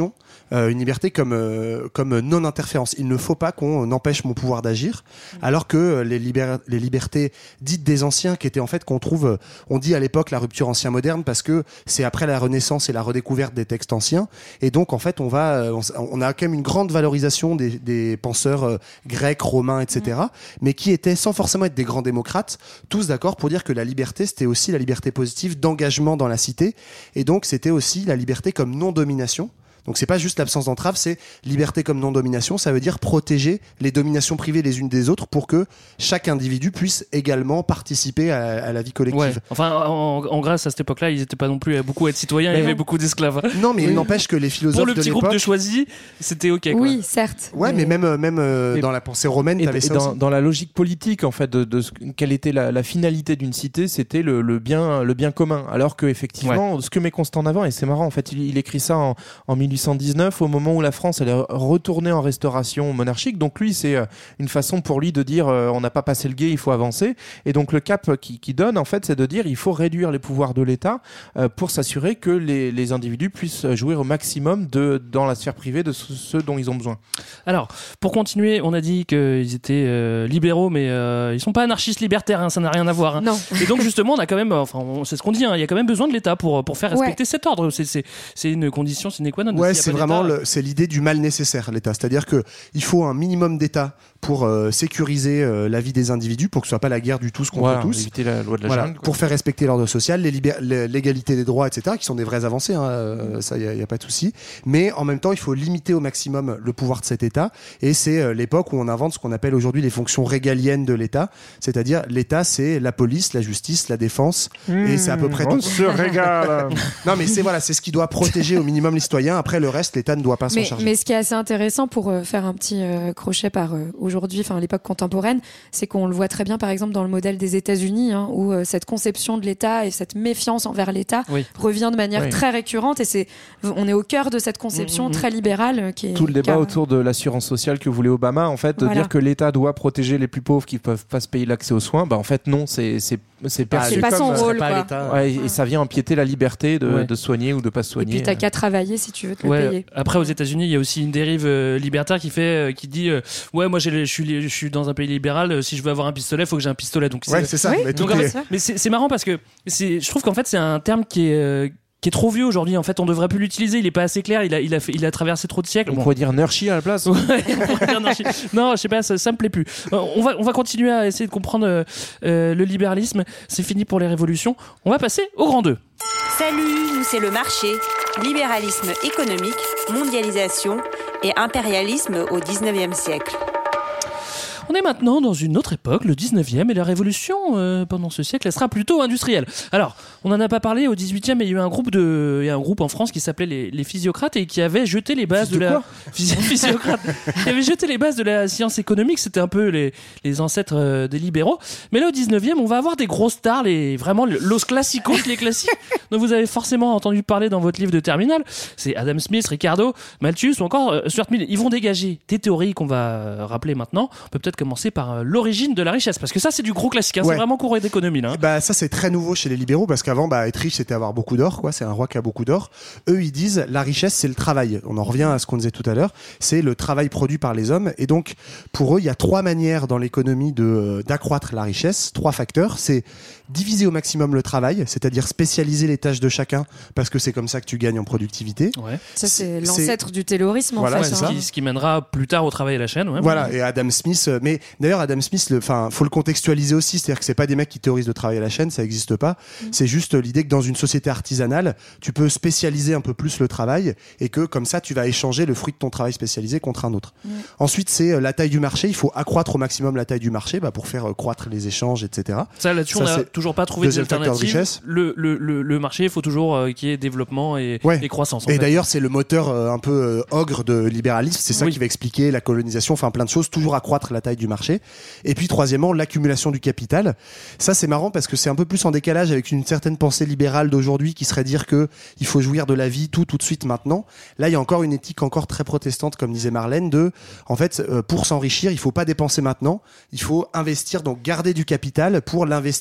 une liberté comme non-interférence. Il ne faut pas qu'on empêche mon pouvoir d'agir, alors que les libertés dites des anciens, qui étaient en fait on dit à l'époque la rupture ancien-moderne parce que c'est après la Renaissance et la redécouverte des textes anciens, et donc en fait on a quand même une grande valorisation des penseurs grecs, romains, etc., mais qui étaient, sans forcément être des grands démocrates, tous d'accord pour dire que la liberté, c'était aussi la liberté positive d'engagement dans la cité, et donc c'était aussi la liberté comme non-domination. Donc c'est pas juste l'absence d'entrave, c'est liberté comme non-domination. Ça veut dire protéger les dominations privées les unes des autres pour que chaque individu puisse également participer à la vie collective. Ouais. Enfin, en Grèce, à cette époque-là, ils n'étaient pas non plus beaucoup à être citoyens, il y avait beaucoup d'esclaves. Non, mais il n'empêche que les philosophes pour le de petit l'époque... groupe de choisis, c'était ok. Quoi. Oui, certes. Ouais, mais même dans la pensée romaine, t'avais ça aussi. Dans la logique politique, en fait, quelle était la finalité d'une cité, c'était le bien commun. Alors que effectivement, ce que met Constant en avant, et c'est marrant, en fait, il écrit ça en 1819, au moment où la France elle est retournée en restauration monarchique. Donc lui, c'est une façon pour lui de dire on n'a pas passé le gué, il faut avancer. Et donc le cap qui donne, en fait, c'est de dire il faut réduire les pouvoirs de l'État pour s'assurer que les individus puissent jouir au maximum dans la sphère privée de ce dont ils ont besoin. Alors, pour continuer, on a dit qu'ils étaient libéraux, mais ils sont pas anarchistes libertaires, hein, ça n'a rien à voir. Hein. Non. Et donc justement, on a quand même, c'est ce qu'on dit, hein, il y a quand même besoin de l'État pour faire respecter cet ordre. C'est une condition sine qua non. Ouais, c'est vraiment c'est l'idée du mal nécessaire, l'État. C'est-à-dire que il faut un minimum d'État pour sécuriser la vie des individus, pour que ce soit pas la guerre du tous contre tous. Éviter la loi de la jungle. Pour faire respecter l'ordre social, l'égalité des droits, etc., qui sont des vraies avancées. Ça, il y a pas de souci. Mais en même temps, il faut limiter au maximum le pouvoir de cet État. Et c'est l'époque où on invente ce qu'on appelle aujourd'hui les fonctions régaliennes de l'État. C'est-à-dire l'État, c'est la police, la justice, la défense, et c'est à peu près tout. On se régale. Non, mais c'est ce qui doit protéger au minimum les citoyens. Après, le reste, l'État ne doit pas s'en charger. Mais ce qui est assez intéressant pour faire un petit crochet par aujourd'hui, enfin l'époque contemporaine, c'est qu'on le voit très bien, par exemple, dans le modèle des États-Unis, hein, où cette conception de l'État et cette méfiance envers l'État revient de manière très récurrente, et on est au cœur de cette conception très libérale qui est tout le débat autour de l'assurance sociale que voulait Obama, en fait, de dire que l'État doit protéger les plus pauvres qui peuvent pas se payer l'accès aux soins. Bah en fait non, c'est perçu c'est pas comme son rôle, quoi. Et ça vient empiéter la liberté de soigner ou de pas se soigner. Et puis t'as qu'à travailler si tu veux te le payer. Après, aux États-Unis, il y a aussi une dérive libertaire qui dit moi je suis dans un pays libéral, si je veux avoir un pistolet, il faut que j'ai un pistolet. Donc c'est ça. Mais c'est marrant parce que je trouve qu'en fait c'est un terme qui est trop vieux aujourd'hui. En fait, on devrait plus l'utiliser. Il est pas assez clair. Il a traversé trop de siècles. On pourrait dire Nerchi à la place. Ouais, on pourrait dire Nerchi. Non, je sais pas, ça me plaît plus. On va continuer à essayer de comprendre le libéralisme. C'est fini pour les révolutions. On va passer au grand 2. Salut, nous c'est le marché, libéralisme économique, mondialisation et impérialisme au 19e siècle. On est maintenant dans une autre époque, le 19e, et la révolution pendant ce siècle, elle sera plutôt industrielle. Alors, on n'en a pas parlé au 18e, mais il y a eu un groupe en France qui s'appelait les physiocrates et qui avait jeté les bases physiocrates, qui avait jeté les bases de la science économique. C'était un peu les ancêtres des libéraux. Mais là, au 19e, on va avoir des grosses stars, vraiment los classicos, les classiques, dont vous avez forcément entendu parler dans votre livre de terminale. C'est Adam Smith, Ricardo, Malthus ou encore Stuart Mill. Ils vont dégager des théories qu'on va rappeler maintenant. On peut peut-être commencer par l'origine de la richesse, parce que ça c'est du gros classique, hein. C'est vraiment cours d'économie là. Bah ça c'est très nouveau chez les libéraux, parce qu'avant être riche c'était avoir beaucoup d'or, quoi. C'est un roi qui a beaucoup d'or. Eux ils disent la richesse c'est le travail. On en revient à ce qu'on disait tout à l'heure, c'est le travail produit par les hommes, et donc pour eux il y a 3 manières dans l'économie d'accroître la richesse, 3 facteurs. C'est diviser au maximum le travail, c'est-à-dire spécialiser les tâches de chacun, parce que c'est comme ça que tu gagnes en productivité. Ça c'est l'ancêtre du taylorisme, voilà, en fait. Ce qui mènera plus tard au travail à la chaîne. Voilà, et Adam Smith, mais d'ailleurs Adam Smith, faut le contextualiser aussi, c'est-à-dire que c'est pas des mecs qui théorisent le travail à la chaîne, ça existe pas. C'est juste l'idée que dans une société artisanale, tu peux spécialiser un peu plus le travail, et que comme ça tu vas échanger le fruit de ton travail spécialisé contre un autre. Ensuite c'est la taille du marché, il faut accroître au maximum la taille du marché pour faire croître les échanges, etc. Ça là-dessus on n'a toujours pas trouvé d'alternative. Le marché, il faut toujours qu'il y ait développement et croissance. Et d'ailleurs c'est le moteur un peu ogre de libéralisme, c'est ça qui va expliquer la colonisation, enfin plein de choses, toujours accroître la taille du marché. Et puis troisièmement, l'accumulation du capital. Ça c'est marrant parce que c'est un peu plus en décalage avec une certaine pensée libérale d'aujourd'hui qui serait dire que il faut jouir de la vie tout de suite maintenant. Là il y a encore une éthique encore très protestante, comme disait Marlène, en fait pour s'enrichir il faut pas dépenser maintenant, il faut investir, donc garder du capital pour l'investir plus tard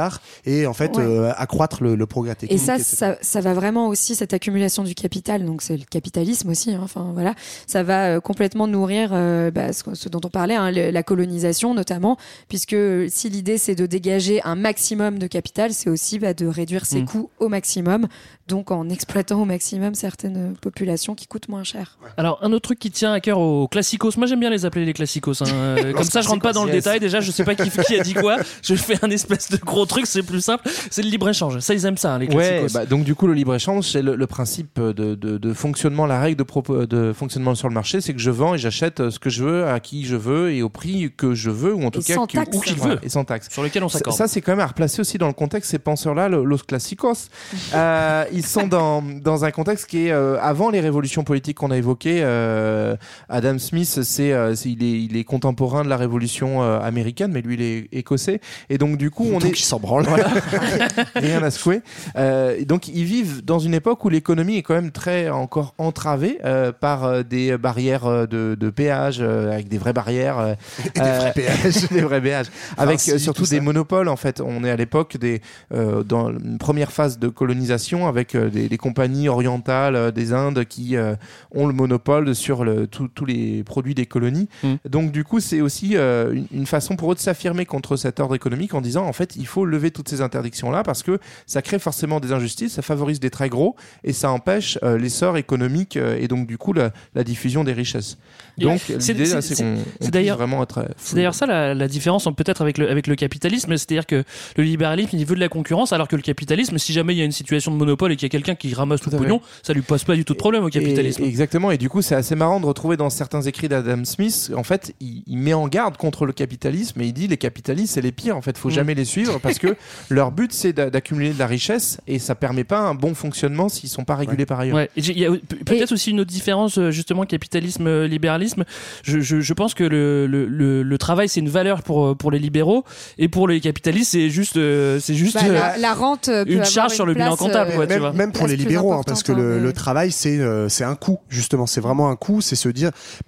milliards et en fait accroître le progrès technique. Et ça va vraiment aussi, cette accumulation du capital, donc c'est le capitalisme aussi, hein, enfin voilà, ça va complètement nourrir ce dont on parlait, hein, la colonisation notamment, puisque si l'idée c'est de dégager un maximum de capital, c'est aussi de réduire ses coûts au maximum, donc en exploitant au maximum certaines populations qui coûtent moins cher. Alors un autre truc qui tient à cœur aux classicos, moi j'aime bien les appeler les classicos, hein. Comme ça je rentre pas dans le détail, déjà je sais pas qui a dit quoi, je fais un espèce de gros truc, c'est plus simple, c'est le libre-échange, ça ils aiment ça, hein, les classicos. Donc du coup le libre-échange c'est le principe de fonctionnement, la règle de fonctionnement sur le marché, c'est que je vends et j'achète ce que je veux à qui je veux et au prix que je veux, ou en tout cas où qu'il veut, et sans taxe, sur lequel on s'accorde. Ça c'est quand même à replacer aussi dans le contexte, ces penseurs-là, los classicos, ils sont dans un contexte qui est avant les révolutions politiques qu'on a évoquées. Adam Smith, il est contemporain de la révolution américaine, mais lui il est écossais, et donc du coup qui s'en branle. Voilà. Rien à secouer. Donc ils vivent dans une époque où l'économie est quand même très encore entravée par des barrières de péage, avec des vraies barrières, des vrais péages, des vrais péages, avec surtout des monopoles. En fait, on est à l'époque dans une première phase de colonisation avec les compagnies orientales des Indes qui ont le monopole sur tous les produits des colonies. Donc du coup, c'est aussi une façon pour eux de s'affirmer contre cet ordre économique en disant en fait il faut lever toutes ces interdictions-là parce que ça crée forcément des injustices, ça favorise des très gros et ça empêche l'essor économique et donc du coup la diffusion des richesses. Donc l'idée là, c'est qu'on d'ailleurs vraiment être. C'est d'ailleurs ça la différence peut-être avec le capitalisme, c'est-à-dire que le libéralisme il veut de la concurrence, alors que le capitalisme, si jamais il y a une situation de monopole et qu'il y a quelqu'un qui ramasse tout le pognon, ça lui pose pas du tout de problème au capitalisme. Exactement, et du coup c'est assez marrant de retrouver dans certains écrits d'Adam Smith, en fait il met en garde contre le capitalisme et il dit les capitalistes c'est les pires, en fait faut jamais les suivre parce que leur but c'est d'accumuler de la richesse et ça permet pas un bon fonctionnement s'ils sont pas régulés par ailleurs. Il y a peut-être aussi une autre différence justement libéralisme. Je pense que le travail c'est une valeur pour les libéraux et pour les capitalistes c'est juste la rente une charge sur le bilan comptable, même pour les libéraux, hein, parce que le travail c'est un coût, justement, c'est vraiment un coût, c'est se dire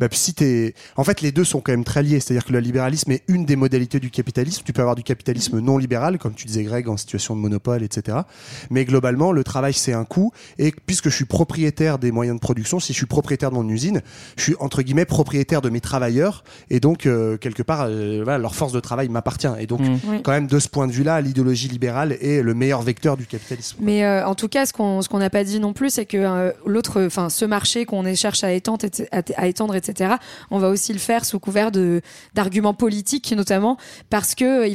en fait les deux sont quand même très liés, c'est-à-dire que le libéralisme est une des modalités du capitalisme. Tu peux avoir du capitalisme non libéral, comme tu disais Greg, en situation de monopole, etc. Mais globalement le travail c'est un coût, et puisque je suis propriétaire des moyens de production, si je suis propriétaire de mon usine, je suis entre guillemets propriétaire de mes travailleurs, et donc quelque part leur force de travail m'appartient, et donc quand même de ce point de vue-là l'idéologie libérale est le meilleur vecteur du capitalisme. Mais en tout cas ce qu'on n'a pas dit non plus, c'est que ce marché qu'on cherche à étendre, etc., on va aussi le faire sous couvert d'arguments politiques, notamment parce que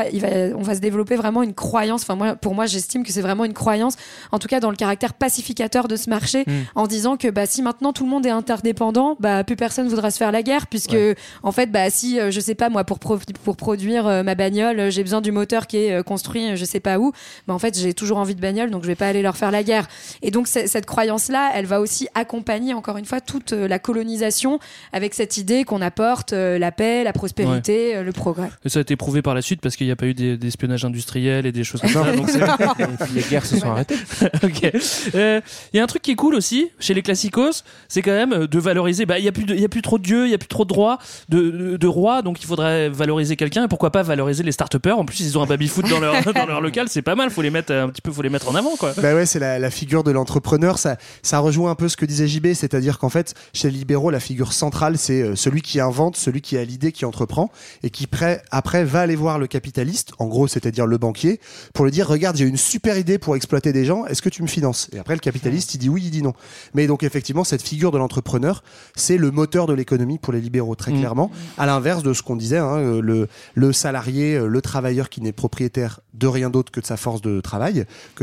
on va se développer vraiment une croyance, pour moi j'estime que c'est vraiment une croyance, en tout cas dans le caractère pacificateur de ce marché, en disant que si maintenant tout le monde est interdépendant, plus personne voudra se faire la guerre, puisque en fait si je sais pas moi pour produire ma bagnole j'ai besoin du moteur qui est construit je sais pas où, en fait j'ai toujours envie de bagnole, donc je vais pas aller leur faire la guerre. Et donc cette croyance là elle va aussi accompagner encore une fois toute la colonisation, avec cette idée qu'on apporte la paix, la prospérité, le progrès. Et ça a été prouvé par la suite parce qu'il n'y a pas eu d'espionnage industriel et des choses comme ça. Donc et puis les guerres se sont arrêtées. Ok. Il y a un truc qui est cool aussi chez les classicos, c'est quand même de valoriser. Il y a plus trop de dieux, il y a plus trop de droits, de rois, donc il faudrait valoriser quelqu'un, et pourquoi pas valoriser les start-upers. En plus ils ont un baby-foot dans leur local, c'est pas mal, faut les mettre en avant, quoi. C'est la figure de l'entrepreneur, ça rejoint un peu ce que disait JB, c'est-à-dire qu'en fait chez les libéraux la figure centrale c'est celui qui invente, celui qui a l'idée, qui entreprend, et qui après va aller voir le capitaliste, en gros c'est-à-dire le banquier, pour lui dire regarde j'ai une super idée pour exploiter des gens, est-ce que tu me finances? Et après le capitaliste il dit oui, il dit non. Mais donc effectivement cette figure de l'entrepreneur c'est le moteur de l'économie pour les libéraux, très clairement, à l'inverse de ce qu'on disait, le salarié, le travailleur qui n'est propriétaire de rien d'autre que de sa force de travail,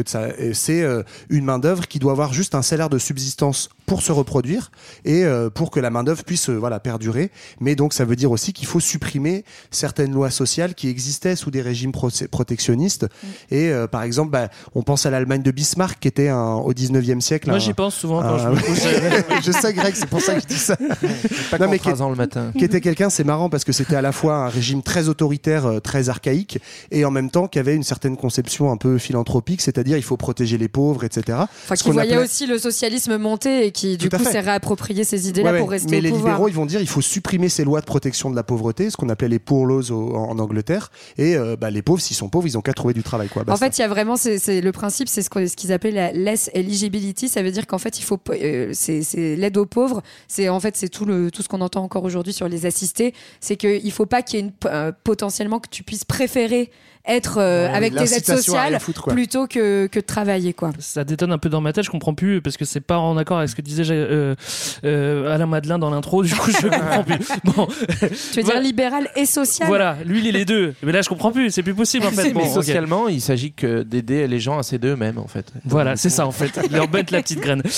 c'est une main d'œuvre qui doit avoir juste un salaire de subsistance pour se reproduire et pour que la main d'œuvre puisse perdurer. Mais donc ça veut dire aussi qu'il faut supprimer certaines lois sociales qui existaient sous des régimes protectionnistes. Et par exemple, on pense à l'Allemagne de Bismarck qui était au 19e siècle. Moi j'y pense souvent quand je me couche. Je sais Greg, c'est pour ça que je dis ça. Pas mais le matin. Qui était quelqu'un, c'est marrant parce que c'était à la fois un régime très autoritaire, très archaïque, et en même temps qui avait une certaine conception un peu philanthropique, c'est-à-dire il faut protéger les pauvres, etc. Qui voyait aussi le socialisme monter et qui du coup s'est réapproprié ces idées-là pour rester mais au pouvoir. Les libéraux, ils vont dire il faut supprimer ces lois de protection de la pauvreté, ce qu'on appelait les poor laws en Angleterre. Et les pauvres, s'ils sont pauvres, ils ont qu'à trouver du travail. Quoi. En fait, il y a vraiment, c'est le principe, c'est ce qu'ils appellent la less eligibility. Ça veut dire qu'en fait, il faut, c'est l'aide aux pauvres. C'est tout ce qu'on entend encore aujourd'hui sur les assistés. C'est qu'il faut pas qu'il y ait potentiellement que tu puisses préférer être avec tes aides sociales plutôt que de travailler, quoi. Ça détonne un peu dans ma tête, je comprends plus parce que c'est pas en accord avec ce que disait Alain Madelin dans l'intro, du coup je comprends plus. Bon. Tu veux dire libéral et social? Voilà, lui il est les deux, mais là je comprends plus, c'est plus possible en fait. Mais socialement, il s'agit que d'aider les gens à s'aider eux-mêmes en fait. Voilà, c'est ça en fait, leur mettre la petite graine.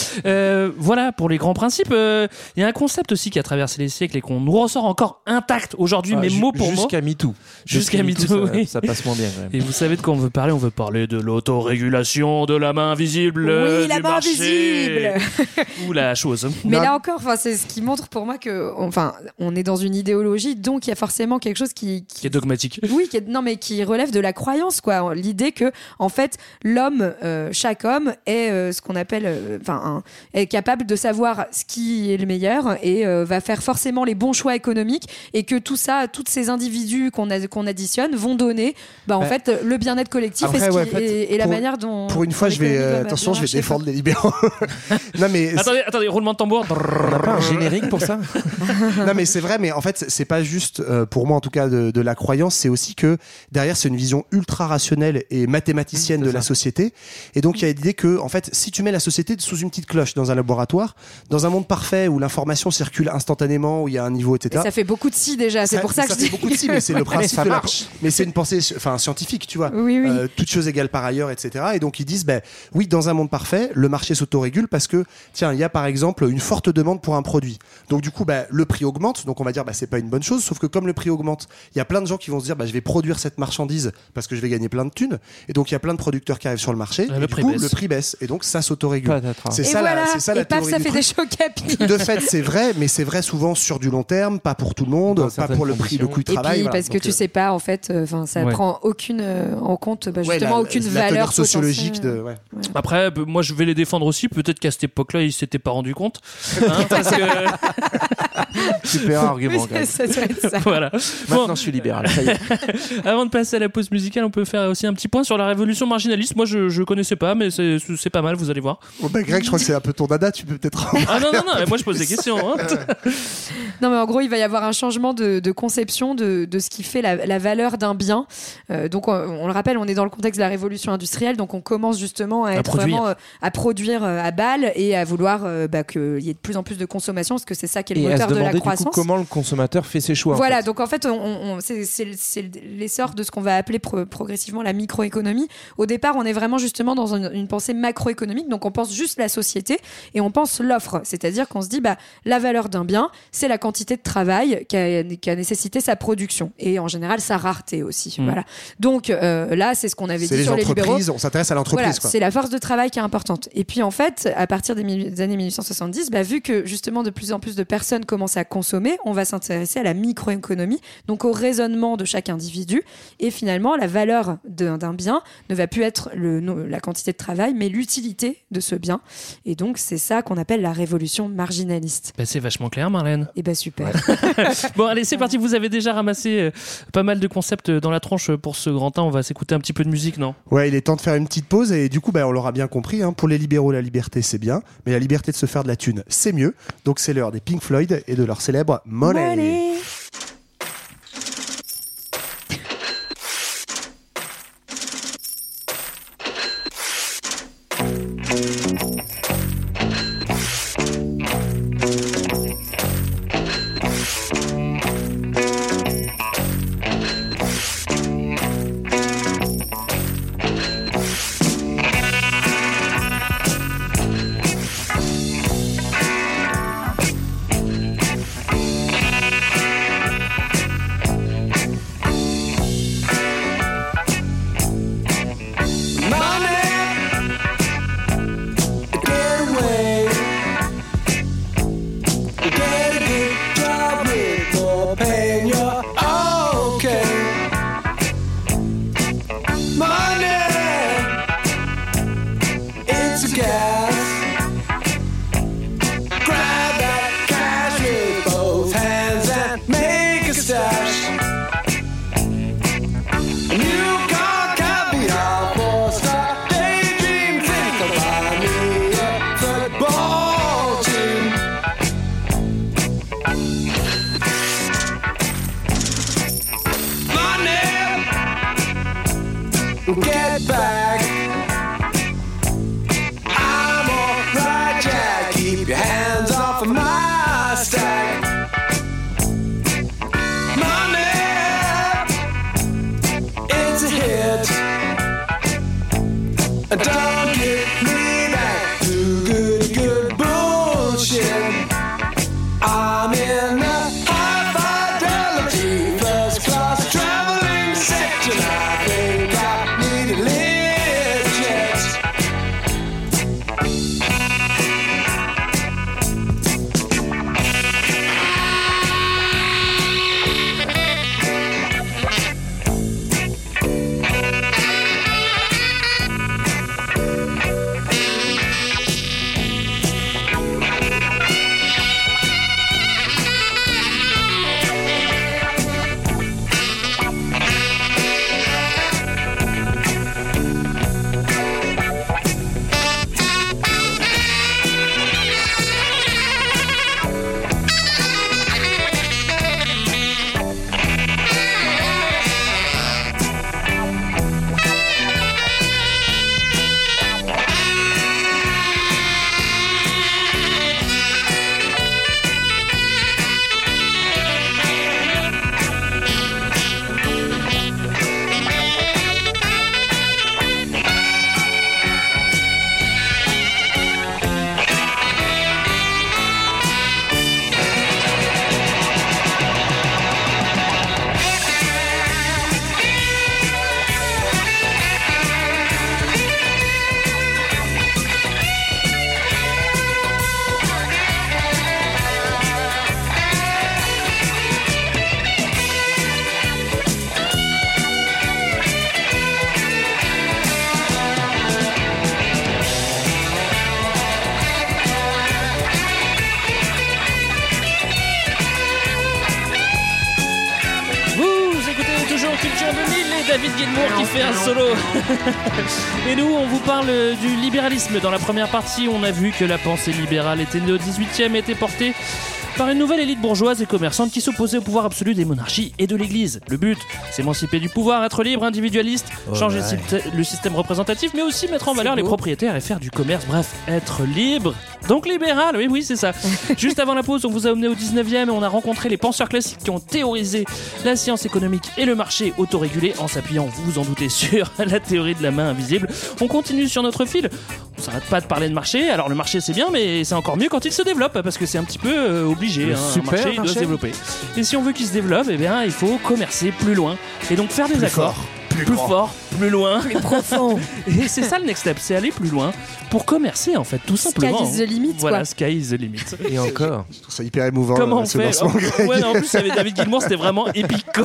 Voilà pour les grands principes. Il y a un concept aussi qui a traversé les siècles et qu'on nous ressort encore intact aujourd'hui, mais mot pour mot. Jusqu'à MeToo. Jusqu'à MeToo, oui. Ça passe moins bien. Et vous savez de quoi on veut parler? On veut parler de l'autorégulation de la main invisible du marché. Ou la chose. Mais là encore, c'est ce qui montre pour moi que, on est dans une idéologie, donc il y a forcément quelque chose qui est dogmatique. Oui, qui relève de la croyance, quoi. L'idée que, en fait, l'homme, chaque homme est ce qu'on appelle, est capable de savoir ce qui est le meilleur et va faire forcément les bons choix économiques, et que tout ça, tous ces individus qu'on additionne vont donner, en fait, le bien-être collectif. Après, et la manière dont. Pour une fois, je vais défendre les libéraux. Non, mais attendez, roulement de tambour. On n'a pas un générique pour ça? Non, mais c'est vrai, mais en fait, c'est pas juste, pour moi en tout cas, de la croyance, c'est aussi que derrière, c'est une vision ultra rationnelle et mathématicienne de la société. Et donc, il y a l'idée que, en fait, si tu mets la société sous une petite cloche dans un laboratoire, dans un monde parfait où l'information circule instantanément, où il y a un niveau, etc. Et ça fait beaucoup de si déjà, c'est pour ça que ça fait beaucoup de si, mais c'est le principe de marche. Mais c'est une pensée, scientifique, tu vois. Oui. Toutes choses égales par ailleurs, etc. Et donc ils disent, oui, dans un monde parfait, le marché s'autorégule parce que, tiens, il y a par exemple une forte demande pour un produit. Donc du coup, le prix augmente. Donc on va dire, c'est pas une bonne chose. Sauf que comme le prix augmente, il y a plein de gens qui vont se dire, je vais produire cette marchandise parce que je vais gagner plein de thunes. Et donc il y a plein de producteurs qui arrivent sur le marché. Et du coup, le prix baisse. Et donc ça s'autorégule. C'est ça la théorie. Ça fait des chocs à pied. De fait, c'est vrai, mais c'est vrai souvent sur du long terme, pas pour tout le monde, pas pour le prix, le coût du travail. Et puis parce que tu sais pas, en fait, ça prend aucune en compte, justement aucune valeur sociologique de. Après, moi je vais les défendre aussi. Peut-être qu'à cette époque-là, ils s'étaient pas rendus compte. Parce que... Super argument. Ça doit être ça. Voilà. Maintenant, je suis libéral. Ça y est. Avant de passer à la pause musicale, on peut faire aussi un petit point sur la révolution marginaliste. Moi, je connaissais pas, mais c'est pas mal. Vous allez voir. Greg, je crois que c'est un peu ton dada. Tu peux peut-être. Ah non. Moi, je pose des questions. Non, mais en gros, il va y avoir un changement de conception de ce qui fait la valeur d'un bien. Donc, on le rappelle, on est dans le contexte de la révolution industrielle, donc on commence justement à produire à balle et à vouloir qu'il y ait de plus en plus de consommation, parce que c'est ça qui est le moteur de la croissance. Du coup, comment le consommateur fait ses choix. Voilà, donc en fait, c'est l'essor de ce qu'on va appeler progressivement la microéconomie. Au départ, on est vraiment justement dans une pensée macroéconomique, donc on pense juste la société et on pense l'offre, c'est-à-dire qu'on se dit la valeur d'un bien, c'est la quantité de travail qui a nécessité sa production et en général sa rareté aussi. Voilà. Donc là, c'est ce qu'on avait dit sur les libéraux. On s'intéresse à l'entreprise. Voilà, c'est la force de travail qui est importante. Et puis en fait, à partir des années 1870, vu que justement de plus en plus de personnes commencent à consommer, on va s'intéresser à la microéconomie, donc au raisonnement de chaque individu. Et finalement, la valeur d'un bien ne va plus être la quantité de travail, mais l'utilité de ce bien. Et donc, c'est ça qu'on appelle la révolution marginaliste. C'est vachement clair, Marlène. Et super. Ouais. Bon, allez, c'est parti. Vous avez déjà ramassé pas mal de concepts dans la tronche pour ce grand temps. On va s'écouter un petit peu de musique, non? Ouais, il est temps de faire une petite pause. Et du coup, on l'aura bien compris. Pour les libéraux, la liberté, c'est bien. Mais la liberté de se faire de la thune, c'est mieux. Donc, c'est l'heure des Pink Floyd et de leur célèbre Money. mustache. You got caviar for star daydream. Think about me, a football team. Money, get back. I'm alright, Jack. Keep your hands off of my stack. It's a hit. Don't get me back to good bullshit. I'm in the high fidelity first class traveling section. I think I need a lift jet. David Gilmour qui fait un solo. Et nous, on vous parle du libéralisme. Dans la première partie, on a vu que la pensée libérale était née au 18e et était portée par une nouvelle élite bourgeoise et commerçante qui s'opposait au pouvoir absolu des monarchies et de l'Église. Le but, s'émanciper du pouvoir, être libre, individualiste, changer le système représentatif, mais aussi mettre en valeur les propriétaires et faire du commerce. Bref, être libre. Donc libéral, oui, c'est ça. Juste avant la pause, on vous a emmené au 19e et on a rencontré les penseurs classiques qui ont théorisé la science économique et le marché autorégulé en s'appuyant, vous vous en doutez, sur la théorie de la main invisible. On continue sur notre fil. On s'arrête pas de parler de marché. Alors le marché c'est bien, mais c'est encore mieux quand il se développe parce que c'est un petit peu obligé. Un marché doit se développer. Et si on veut qu'il se développe, eh bien il faut commercer plus loin et donc faire des accords. Plus fort, plus loin, plus profond. Et c'est ça le next step, c'est aller plus loin pour commercer en fait, tout simplement. Sky is the limit. Voilà, quoi. sky is the limit. Et encore. Je trouve ça hyper émouvant. Comment on ce fait lancement, Greg. Ouais, en plus avec David Gilmour, c'était vraiment épique quoi.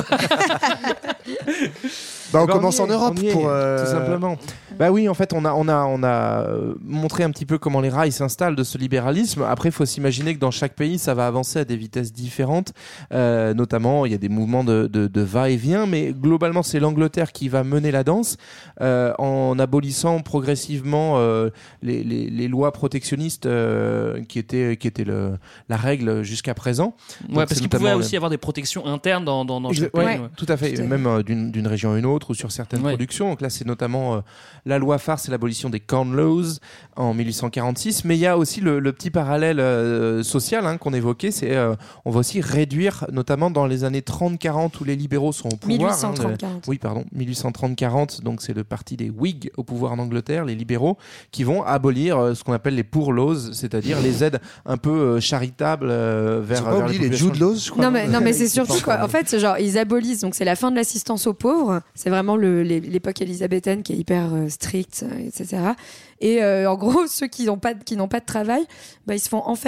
On commence en Europe pour tout simplement. Bah oui, en fait, on a montré un petit peu comment les rails s'installent de ce libéralisme. Après, il faut s'imaginer que dans chaque pays, ça va avancer à des vitesses différentes. Notamment, il y a des mouvements de va-et-vient, mais globalement, c'est l'Angleterre qui va mener la danse en abolissant progressivement les lois protectionnistes qui étaient la règle jusqu'à présent. Ouais, parce qu'il pouvait aussi y avoir des protections internes dans chaque pays. Ouais, tout à fait. Même d'une région à une autre ou sur certaines productions. Donc là, c'est notamment la loi phare, c'est l'abolition des Corn Laws en 1846. Mais il y a aussi le petit parallèle social qu'on évoquait. C'est on va aussi réduire, notamment dans les années 30-40 où les libéraux sont au pouvoir. 1830-40. Donc c'est le parti des Whigs au pouvoir en Angleterre, les libéraux, qui vont abolir ce qu'on appelle les Poor Laws, c'est-à-dire les aides un peu charitables vers les Jude Laws, je crois. Non mais c'est surtout quoi. En fait, genre ils abolissent. Donc c'est la fin de l'assistance aux pauvres. C'est vraiment l'époque élisabéthaine qui est hyper stricte, etc. Et en gros, ceux qui n'ont pas de travail, ils se font enfermer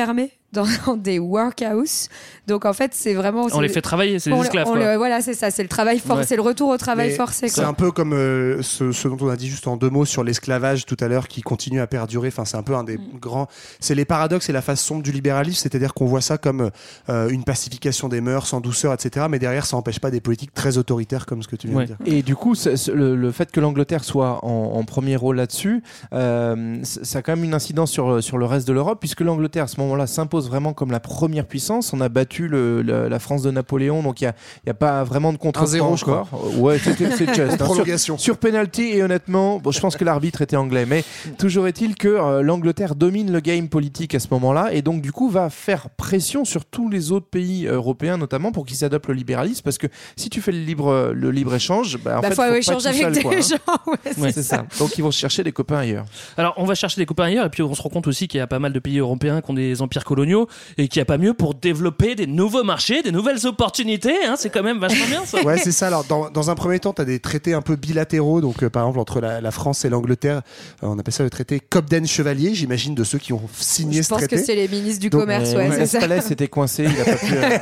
dans des workhouses. Donc en fait, c'est vraiment... On les fait travailler, c'est des esclaves. Voilà, c'est ça, c'est le travail forcé, c'est le retour au travail forcé. C'est un peu comme ce dont on a dit juste en 2 mots sur l'esclavage tout à l'heure qui continue à perdurer. Enfin, c'est un peu un des grands... C'est les paradoxes et la face sombre du libéralisme, c'est-à-dire qu'on voit ça comme une pacification des mœurs en douceur, etc. Mais derrière, ça n'empêche pas des politiques très autoritaires comme ce que tu viens de dire. Et du coup, le fait que l'Angleterre soit en premier rôle là-dessus, ça a quand même une incidence sur le reste de l'Europe, puisque l'Angleterre, à ce moment-là, s'impose vraiment comme la première puissance. On a battu la France de Napoléon, donc il n'y a pas vraiment de contre-temps encore. Ouais, c'est juste. Prolongation. Sur penalty, et honnêtement, je pense que l'arbitre était anglais, mais toujours est-il que l'Angleterre domine le game politique à ce moment-là, et donc du coup va faire pression sur tous les autres pays européens, notamment pour qu'ils s'adoptent le libéralisme, parce que si tu fais le libre-échange, en fait, faut échanger avec des gens. Ouais, c'est ça. Donc ils vont chercher des copains ailleurs. Alors on va chercher des copains ailleurs, et puis on se rend compte aussi qu'il y a pas mal de pays européens qui ont des empires coloniaux, et qu'il n'y a pas mieux pour développer des nouveaux marchés, des nouvelles opportunités, hein, c'est quand même vachement bien ça. Ouais, c'est ça. Alors dans un premier temps, tu as des traités un peu bilatéraux, donc par exemple entre la France et l'Angleterre, on appelle ça le traité Cobden-Chevalier, j'imagine, de ceux qui ont signé ce traité. Je pense que c'est les ministres du commerce, c'est ça. Palais s'était coincé, il a pas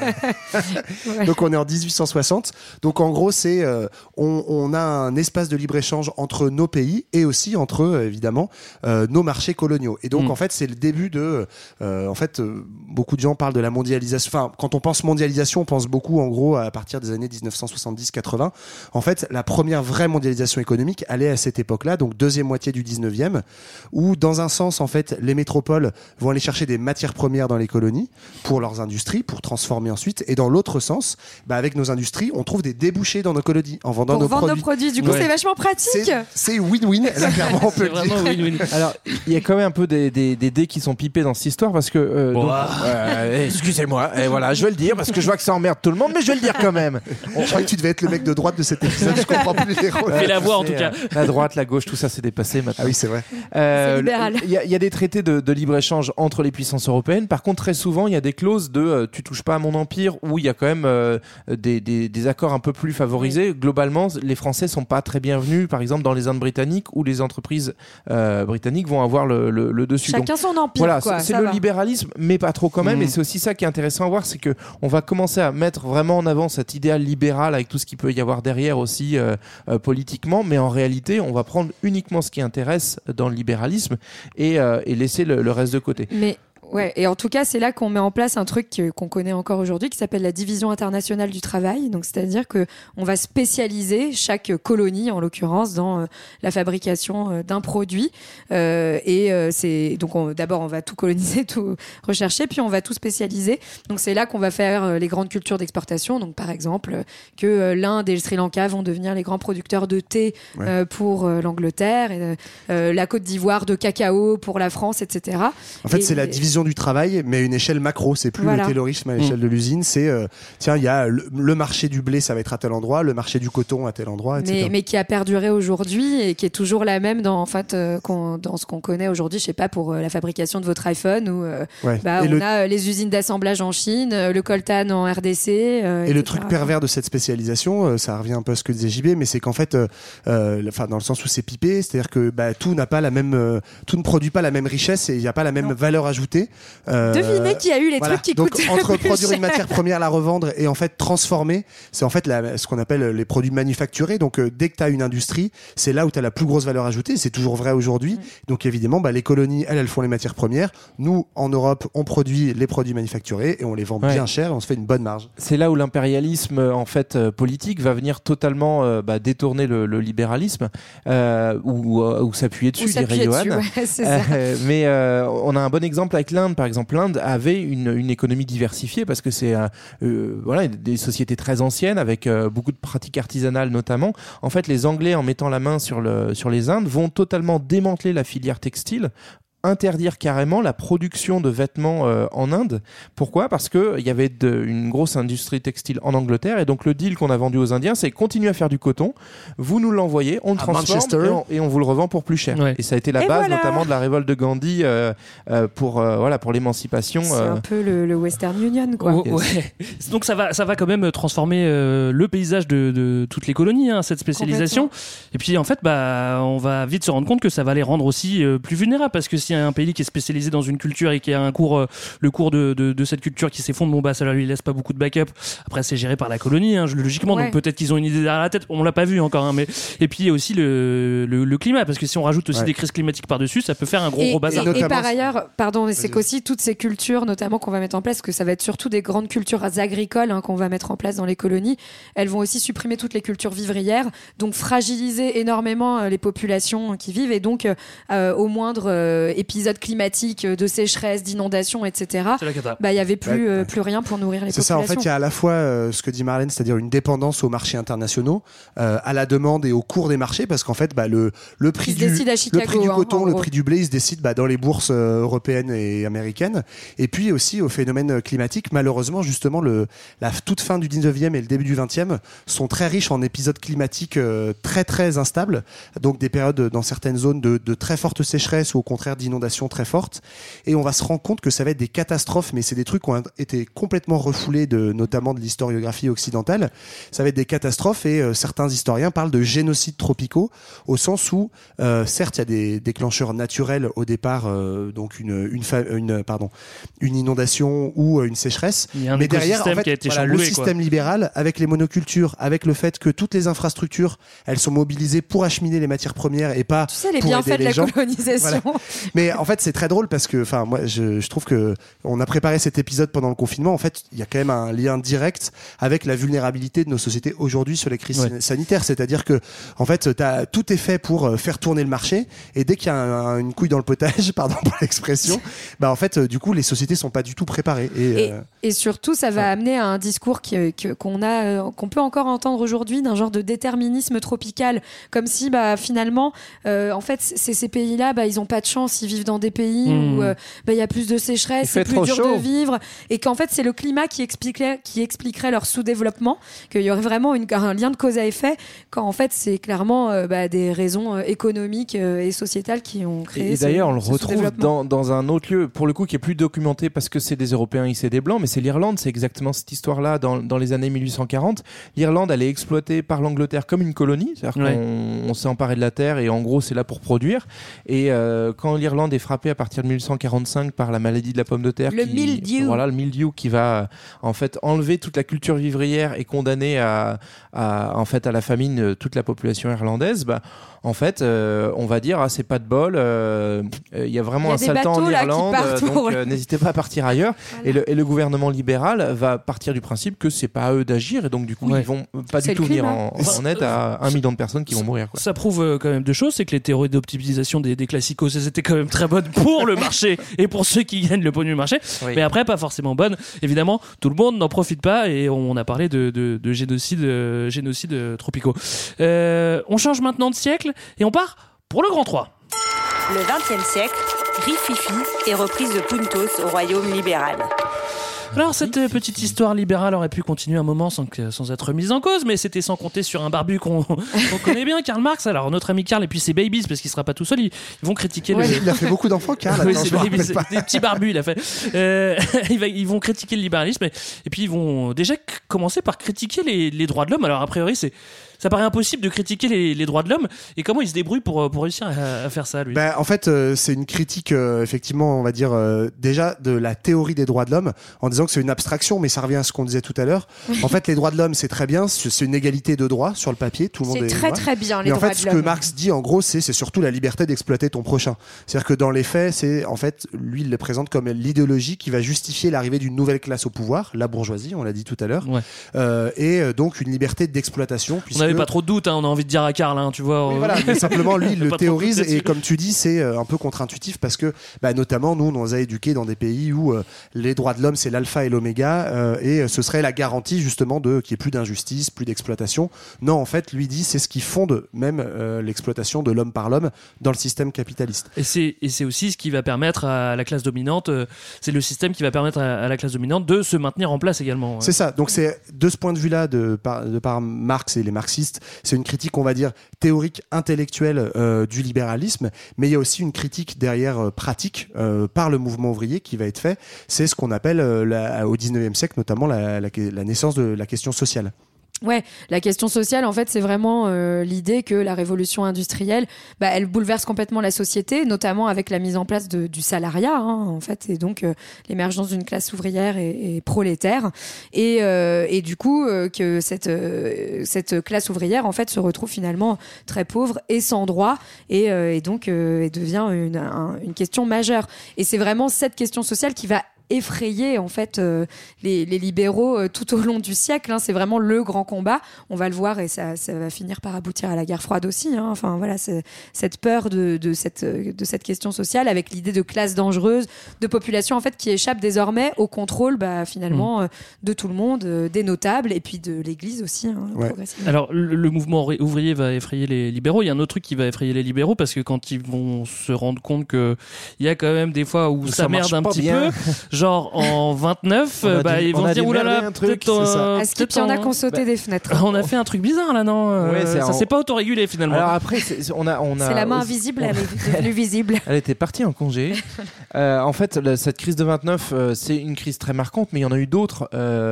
pu... Donc on est en 1860. Donc en gros, c'est on a un espace de libre-échange entre nos pays et aussi entre évidemment nos marchés coloniaux. Et donc en fait, c'est le début de beaucoup de gens parlent de la mondialisation. Enfin, quand on pense mondialisation, on pense beaucoup en gros à partir des années 1970-80. En fait, la première vraie mondialisation économique, elle est à cette époque-là, donc deuxième moitié du 19e, où dans un sens, en fait, les métropoles vont aller chercher des matières premières dans les colonies pour leurs industries, pour transformer ensuite, et dans l'autre sens, avec nos industries, on trouve des débouchés dans nos colonies en vendant nos produits. Du coup, c'est vachement pratique. C'est win-win, là, clairement, on peut le dire. Win-win. Alors, il y a quand même un peu des dés qui sont pipés dans cette histoire parce que. Excusez-moi, et voilà, je vais le dire parce que je vois que ça emmerde tout le monde, mais je vais le dire quand même. Je croyais que tu devais être le mec de droite de cet épisode, je comprends plus les rôles. Fais la voix en tout cas. La droite, la gauche, tout ça c'est dépassé maintenant. Ah oui, c'est vrai. C'est libéral. Il y a des traités de libre-échange entre les puissances européennes. Par contre, très souvent, il y a des clauses de tu touches pas à mon empire, où il y a quand même des accords un peu plus favorisés. Oui. Globalement, les Français sont pas très bienvenus, par exemple, dans les Indes britanniques, où les entreprises britanniques vont avoir le dessus. Chacun son empire. Voilà, quoi, c'est le libéralisme, mais pas trop quand même. Et c'est aussi ça qui est intéressant à voir, c'est que on va commencer à mettre vraiment en avant cet idéal libéral avec tout ce qu'il peut y avoir derrière aussi politiquement, mais en réalité, on va prendre uniquement ce qui intéresse dans le libéralisme et laisser le reste de côté. Ouais, et en tout cas, c'est là qu'on met en place un truc qu'on connaît encore aujourd'hui, qui s'appelle la division internationale du travail. Donc, c'est-à-dire que on va spécialiser chaque colonie, en l'occurrence, dans la fabrication d'un produit. C'est donc d'abord on va tout coloniser, tout rechercher, puis on va tout spécialiser. Donc, c'est là qu'on va faire les grandes cultures d'exportation. Donc, par exemple, que l'Inde et le Sri Lanka vont devenir les grands producteurs de thé pour l'Angleterre, et la Côte d'Ivoire de cacao pour la France, etc. En fait, c'est la division du travail, mais à une échelle macro. C'est plus le taylorisme à l'échelle de l'usine. C'est tiens, il y a le marché du blé, ça va être à tel endroit, le marché du coton à tel endroit, etc. Mais qui a perduré aujourd'hui et qui est toujours la même dans ce qu'on connaît aujourd'hui. Je sais pas, pour la fabrication de votre iPhone ou on a les usines d'assemblage en Chine, le coltan en RDC. Et le truc pervers de cette spécialisation, ça revient un peu à ce que disait JB, mais c'est qu'en fait, dans le sens où c'est pipé, c'est-à-dire que tout n'a pas la même, tout ne produit pas la même richesse et il n'y a pas la même valeur ajoutée. Devinez qui a eu les trucs qui coûtent entre plus produire cher. une matière première, la revendre et en fait transformer, c'est en fait ce qu'on appelle les produits manufacturés. Donc dès que tu as une industrie, c'est là où tu as la plus grosse valeur ajoutée. C'est toujours vrai aujourd'hui. Donc évidemment, les colonies, elles font les matières premières. Nous, en Europe, on produit les produits manufacturés et on les vend bien cher et on se fait une bonne marge. C'est là où l'impérialisme en fait politique va venir totalement détourner le libéralisme ou s'appuyer dessus, dirait Johan. Mais on a un bon exemple avec l'Inde, par exemple. L'Inde avait une économie diversifiée parce que c'est des sociétés très anciennes avec beaucoup de pratiques artisanales notamment. En fait, les Anglais, en mettant la main sur les Indes, vont totalement démanteler la filière textile, interdire carrément la production de vêtements en Inde. Pourquoi ? Parce que il y avait une grosse industrie textile en Angleterre et donc le deal qu'on a vendu aux Indiens, c'est continuer à faire du coton, vous nous l'envoyez, on le transforme et on vous le revend pour plus cher. Ouais. Et ça a été la base notamment de la révolte de Gandhi pour l'émancipation. C'est un peu le Western Union, quoi. Ouais. Donc ça va quand même transformer le paysage de toutes les colonies, cette spécialisation. Et puis en fait, on va vite se rendre compte que ça va les rendre aussi plus vulnérables parce que si si un pays qui est spécialisé dans une culture et qui a le cours de cette culture qui s'effondre, ça lui laisse pas beaucoup de backup. Après, c'est géré par la colonie, logiquement, donc peut-être qu'ils ont une idée derrière la tête. On l'a pas vu encore, mais et puis il y a aussi le climat, parce que si on rajoute aussi des crises climatiques par-dessus, ça peut faire un gros bazar. Et par ailleurs, c'est qu'aussi toutes ces cultures, notamment qu'on va mettre en place, que ça va être surtout des grandes cultures agricoles qu'on va mettre en place dans les colonies, elles vont aussi supprimer toutes les cultures vivrières, donc fragiliser énormément les populations qui vivent, et donc au moindre épisode climatique de sécheresse, d'inondation, etc., il y avait plus rien pour nourrir les populations. C'est ça, en fait, il y a à la fois ce que dit Marlène, c'est-à-dire une dépendance aux marchés internationaux, à la demande et au cours des marchés, parce qu'en fait, le prix du coton, le prix du blé, il se décide dans les bourses européennes et américaines, et puis aussi au phénomène climatique. Malheureusement, justement, la toute fin du 19e et le début du 20e sont très riches en épisodes climatiques très très instables, donc des périodes dans certaines zones de très fortes sécheresses ou au contraire d'inondations très fortes, et on va se rendre compte que ça va être des catastrophes, mais c'est des trucs qui ont été complètement refoulés notamment de l'historiographie occidentale. Ça va être des catastrophes, et certains historiens parlent de génocides tropicaux, au sens où certes il y a des déclencheurs naturels au départ, donc une inondation ou une sécheresse, mais derrière en fait, le système libéral, avec les monocultures, avec le fait que toutes les infrastructures elles sont mobilisées pour acheminer les matières premières et pas les pour bienfaits aider de les la gens. colonisation. Voilà. Mais en fait c'est très drôle parce que moi je trouve que on a préparé cet épisode pendant le confinement. En fait il y a quand même un lien direct avec la vulnérabilité de nos sociétés aujourd'hui sur les crises sanitaires, c'est-à-dire que en fait tout est fait pour faire tourner le marché, et dès qu'il y a une couille dans le potage, pardon pour l'expression, en fait du coup les sociétés sont pas du tout préparées, et surtout ça va amener à un discours qu'on peut encore entendre aujourd'hui, d'un genre de déterminisme tropical, comme si finalement en fait ces pays-là ils ont pas de chance, ils vivent dans des pays où il y a plus de sécheresse, c'est plus dur de vivre, et qu'en fait c'est le climat qui expliquerait leur sous-développement, qu'il y aurait vraiment un lien de cause à effet, quand en fait c'est clairement des raisons économiques et sociétales qui ont créé et d'ailleurs on le retrouve dans un autre lieu, pour le coup qui est plus documenté parce que c'est des Européens et c'est des Blancs, mais c'est l'Irlande. C'est exactement cette histoire-là dans les années 1840. L'Irlande, elle est exploitée par l'Angleterre comme une colonie, c'est-à-dire qu'on s'est emparé de la terre et en gros c'est là pour produire, et quand l'Irlande est frappée à partir de 1845 par la maladie de la pomme de terre, le mildiou qui va en fait enlever toute la culture vivrière et condamner à la famine toute la population irlandaise, en fait on va dire c'est pas de bol, il y a vraiment un sale temps en Irlande, donc n'hésitez pas à partir ailleurs. Voilà. Et le gouvernement libéral va partir du principe que c'est pas à eux d'agir, et donc du coup ils vont pas du tout venir en aide à 1 million de personnes qui vont mourir. Ça prouve quand même deux choses, c'est que les théories d'optimisation des classicos, elles étaient quand même très bonnes pour le marché et pour ceux qui gagnent le pognon du marché, mais après pas forcément bonnes. Évidemment, tout le monde n'en profite pas, et on a parlé de génocides tropicaux. On change maintenant de siècle et on part pour le Grand 3. Le XXe siècle, Rififi est reprise de Puntos au royaume libéral. Alors cette petite histoire libérale aurait pu continuer un moment sans être mise en cause, mais c'était sans compter sur un barbu qu'on connaît bien, Karl Marx. Alors notre ami Karl et puis ses babies, parce qu'il sera pas tout seul, ils vont critiquer il a fait beaucoup d'enfants, Karl. Oui, des petits barbus il a fait. Ils vont critiquer le libéralisme, et puis ils vont déjà commencer par critiquer les droits de l'homme. Alors a priori ça paraît impossible de critiquer les droits de l'homme, et comment il se débrouille pour réussir à faire ça, lui? En fait c'est une critique effectivement on va dire déjà de la théorie des droits de l'homme, en disant que c'est une abstraction, mais ça revient à ce qu'on disait tout à l'heure. En fait les droits de l'homme c'est très bien, c'est une égalité de droits sur le papier, tout le monde est très très bien les droits de l'homme. Mais en fait ce que Marx dit en gros c'est surtout la liberté d'exploiter ton prochain. C'est-à-dire que dans les faits c'est en fait lui il le présente comme l'idéologie qui va justifier l'arrivée d'une nouvelle classe au pouvoir, la bourgeoisie, on l'a dit tout à l'heure, et donc une liberté d'exploitation. On n'avait pas trop de doute, on a envie de dire à Karl, tu vois. Oui, voilà, mais simplement lui il le théorise, et comme tu dis c'est un peu contre-intuitif, parce que notamment nous on nous a éduqués dans des pays où les droits de l'homme c'est l'alpha et l'oméga, et ce serait la garantie justement qu'il n'y ait plus d'injustice, plus d'exploitation. Non, en fait lui dit c'est ce qui fonde même l'exploitation de l'homme par l'homme dans le système capitaliste. Et c'est aussi ce qui va permettre à la classe dominante, c'est le système qui va permettre à la classe dominante de se maintenir en place également. C'est ça, donc c'est de ce point de vue-là, de par Marx et les marxistes, c'est une critique, on va dire, théorique, intellectuelle du libéralisme, mais il y a aussi une critique derrière pratique par le mouvement ouvrier qui va être fait. C'est ce qu'on appelle au 19e siècle notamment la naissance de la question sociale. Ouais, la question sociale, en fait, c'est vraiment l'idée que la révolution industrielle, elle bouleverse complètement la société, notamment avec la mise en place du salariat, en fait, et donc l'émergence d'une classe ouvrière et prolétaire, et du coup que cette classe ouvrière, en fait, se retrouve finalement très pauvre et sans droit, et donc devient une question majeure. Et c'est vraiment cette question sociale qui va effrayer en fait les libéraux tout au long du siècle. C'est vraiment le grand combat. On va le voir et ça va finir par aboutir à la guerre froide aussi. Enfin voilà, c'est cette peur de cette question sociale avec l'idée de classe dangereuse, de population en fait qui échappe désormais au contrôle finalement de tout le monde, des notables et puis de l'Église aussi. Alors le mouvement ouvrier va effrayer les libéraux. Il y a un autre truc qui va effrayer les libéraux parce que quand ils vont se rendre compte que il y a quand même des fois où ça merde un petit peu. Genre en 29, ils vont se dire oulala, peut-être. Est-ce qu'il y en a qui ont sauté des fenêtres? On a fait un truc bizarre là, non? Ça s'est pas autorégulé finalement. Alors après, on a. C'est la main invisible, elle est devenue visible. Elle était partie en congé. En fait, cette crise de 29, c'est une crise très marquante, mais il y en a eu d'autres.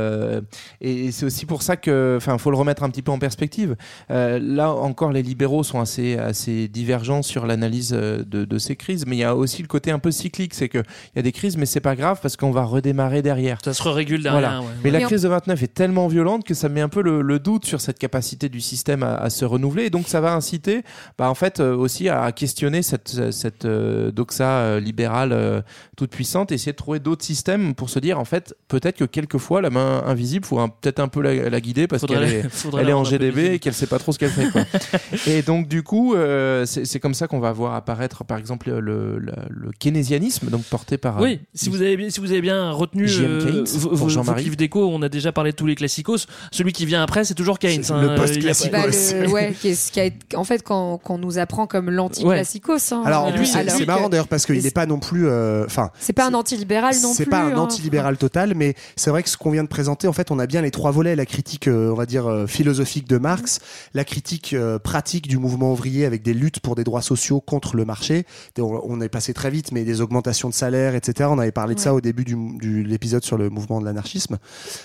Et c'est aussi pour ça que, faut le remettre un petit peu en perspective. Là encore, les libéraux sont assez divergents sur l'analyse de ces crises, mais il y a aussi le côté un peu cyclique, c'est que il y a des crises, mais c'est pas grave parce qu'on va redémarrer derrière. Ça se régule derrière. Voilà. Mais la crise de 29 est tellement violente que ça met un peu le doute sur cette capacité du système à se renouveler, et donc ça va inciter en fait aussi à questionner cette doxa libérale toute puissante, et essayer de trouver d'autres systèmes pour se dire en fait peut-être que quelquefois la main invisible, faut peut-être un peu la guider parce qu'elle est en GDB et qu'elle sait pas trop ce qu'elle fait, quoi. Et donc du coup c'est comme ça qu'on va voir apparaître par exemple le keynésianisme, donc porté par si vous avez bien retenu vos kiffs d'écho, on a déjà parlé de tous les classicos. Celui qui vient après, c'est toujours Keynes. Le post-classicos. En fait, qu'on nous apprend comme l'anti-classicos. Alors en plus, c'est marrant d'ailleurs parce qu'il n'est pas non plus. C'est pas un anti-libéral non plus. C'est pas un anti-libéral total, mais c'est vrai que ce qu'on vient de présenter, en fait, on a bien les trois volets: la critique, on va dire philosophique de Marx, la critique pratique du mouvement ouvrier avec des luttes pour des droits sociaux contre le marché. On est passé très vite, mais des augmentations de salaire, etc. On avait parlé de ça au début de l'épisode sur le mouvement de l'anarchisme.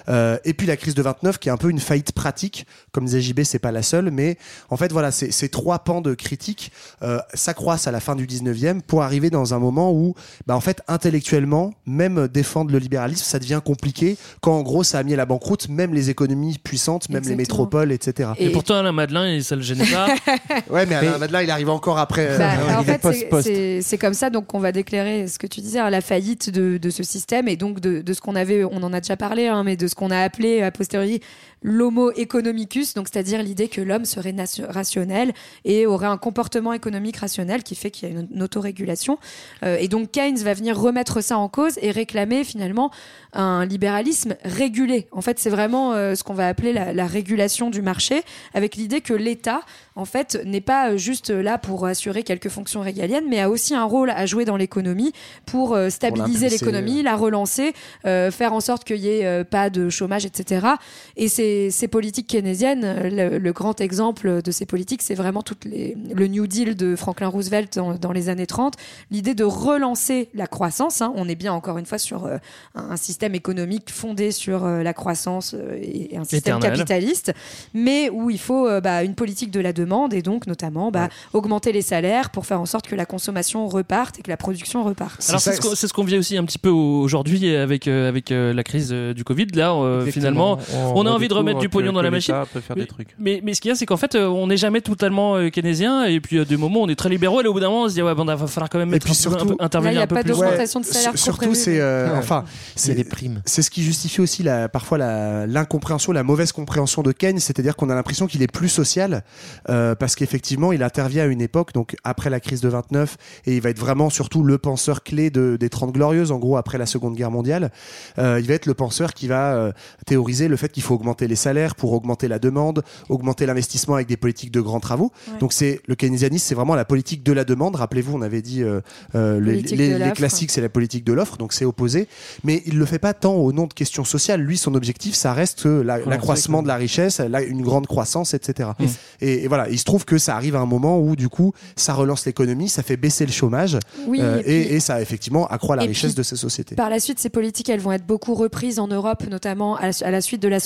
Et puis la crise de 29 qui est un peu une faillite pratique, comme disait JB, c'est pas la seule, mais en fait voilà, ces trois pans de critique s'accroissent à la fin du 19e pour arriver dans un moment où en fait intellectuellement, même défendre le libéralisme, ça devient compliqué quand en gros ça a mis à la banqueroute même les économies puissantes, même les métropoles, etc. Et pourtant Alain Madelin, ça le gênait pas. Ouais, mais Alain Madelin, il arrive encore après. En fait, c'est comme ça donc qu'on va déclarer ce que tu disais, la faillite de ce système, et donc de ce qu'on avait, on en a déjà parlé, mais de ce qu'on a appelé a posteriori l'homo economicus, donc c'est-à-dire l'idée que l'homme serait rationnel et aurait un comportement économique rationnel qui fait qu'il y a une autorégulation. Et donc Keynes va venir remettre ça en cause et réclamer finalement un libéralisme régulé. En fait, c'est vraiment ce qu'on va appeler la régulation du marché, avec l'idée que l'État, en fait, n'est pas juste là pour assurer quelques fonctions régaliennes, mais a aussi un rôle à jouer dans l'économie pour stabiliser l'économie, la relancer, faire en sorte qu'il n'y ait pas de chômage, etc. Et ces politiques keynésiennes, le grand exemple de ces politiques, c'est vraiment le New Deal de Franklin Roosevelt dans les années 30, l'idée de relancer la croissance. On est bien, encore une fois, sur un système économique fondé sur la croissance et un système capitaliste, mais où il faut une politique de la demande, et donc notamment augmenter les salaires pour faire en sorte que la consommation reparte et que la production reparte. Alors c'est ce qu'on vit aussi un petit peu aujourd'hui avec la crise du Covid. Là, finalement, on a envie de remettre du pognon dans la machine. Peut faire des trucs. Mais ce qu'il y a, c'est qu'en fait, on n'est jamais totalement keynésien, et puis à des moments, on est très libéraux, et au bout d'un moment, on se dit il va falloir quand même intervenir un peu plus. Il n'y a pas d'augmentation de salaire. Surtout, c'est des primes. C'est ce qui justifie aussi parfois l'incompréhension, la mauvaise compréhension de Keynes, c'est-à-dire qu'on a l'impression qu'il est plus social, parce qu'effectivement, il intervient à une époque, donc après la crise de 29, et il va être vraiment surtout le penseur clé des 30 Glorieuses, en gros, après la Seconde Guerre mondiale. Il va être le penseur qui va théoriser le fait qu'il faut augmenter les salaires pour augmenter la demande, augmenter l'investissement avec des politiques de grands travaux. Ouais. Donc le keynésianisme, c'est vraiment la politique de la demande. Rappelez-vous, on avait dit les classiques, c'est la politique de l'offre, donc c'est opposé. Mais il le fait pas tant au nom de questions sociales. Lui, son objectif, ça reste l'accroissement de la richesse, une grande croissance, etc. Et voilà, il se trouve que ça arrive à un moment où du coup, ça relance l'économie, ça fait baisser le chômage, et ça effectivement accroît la richesse de ces sociétés. Par la suite, ces politiques, elles vont être beaucoup reprises en Europe, notamment à la suite de la Seconde Guerre mondiale.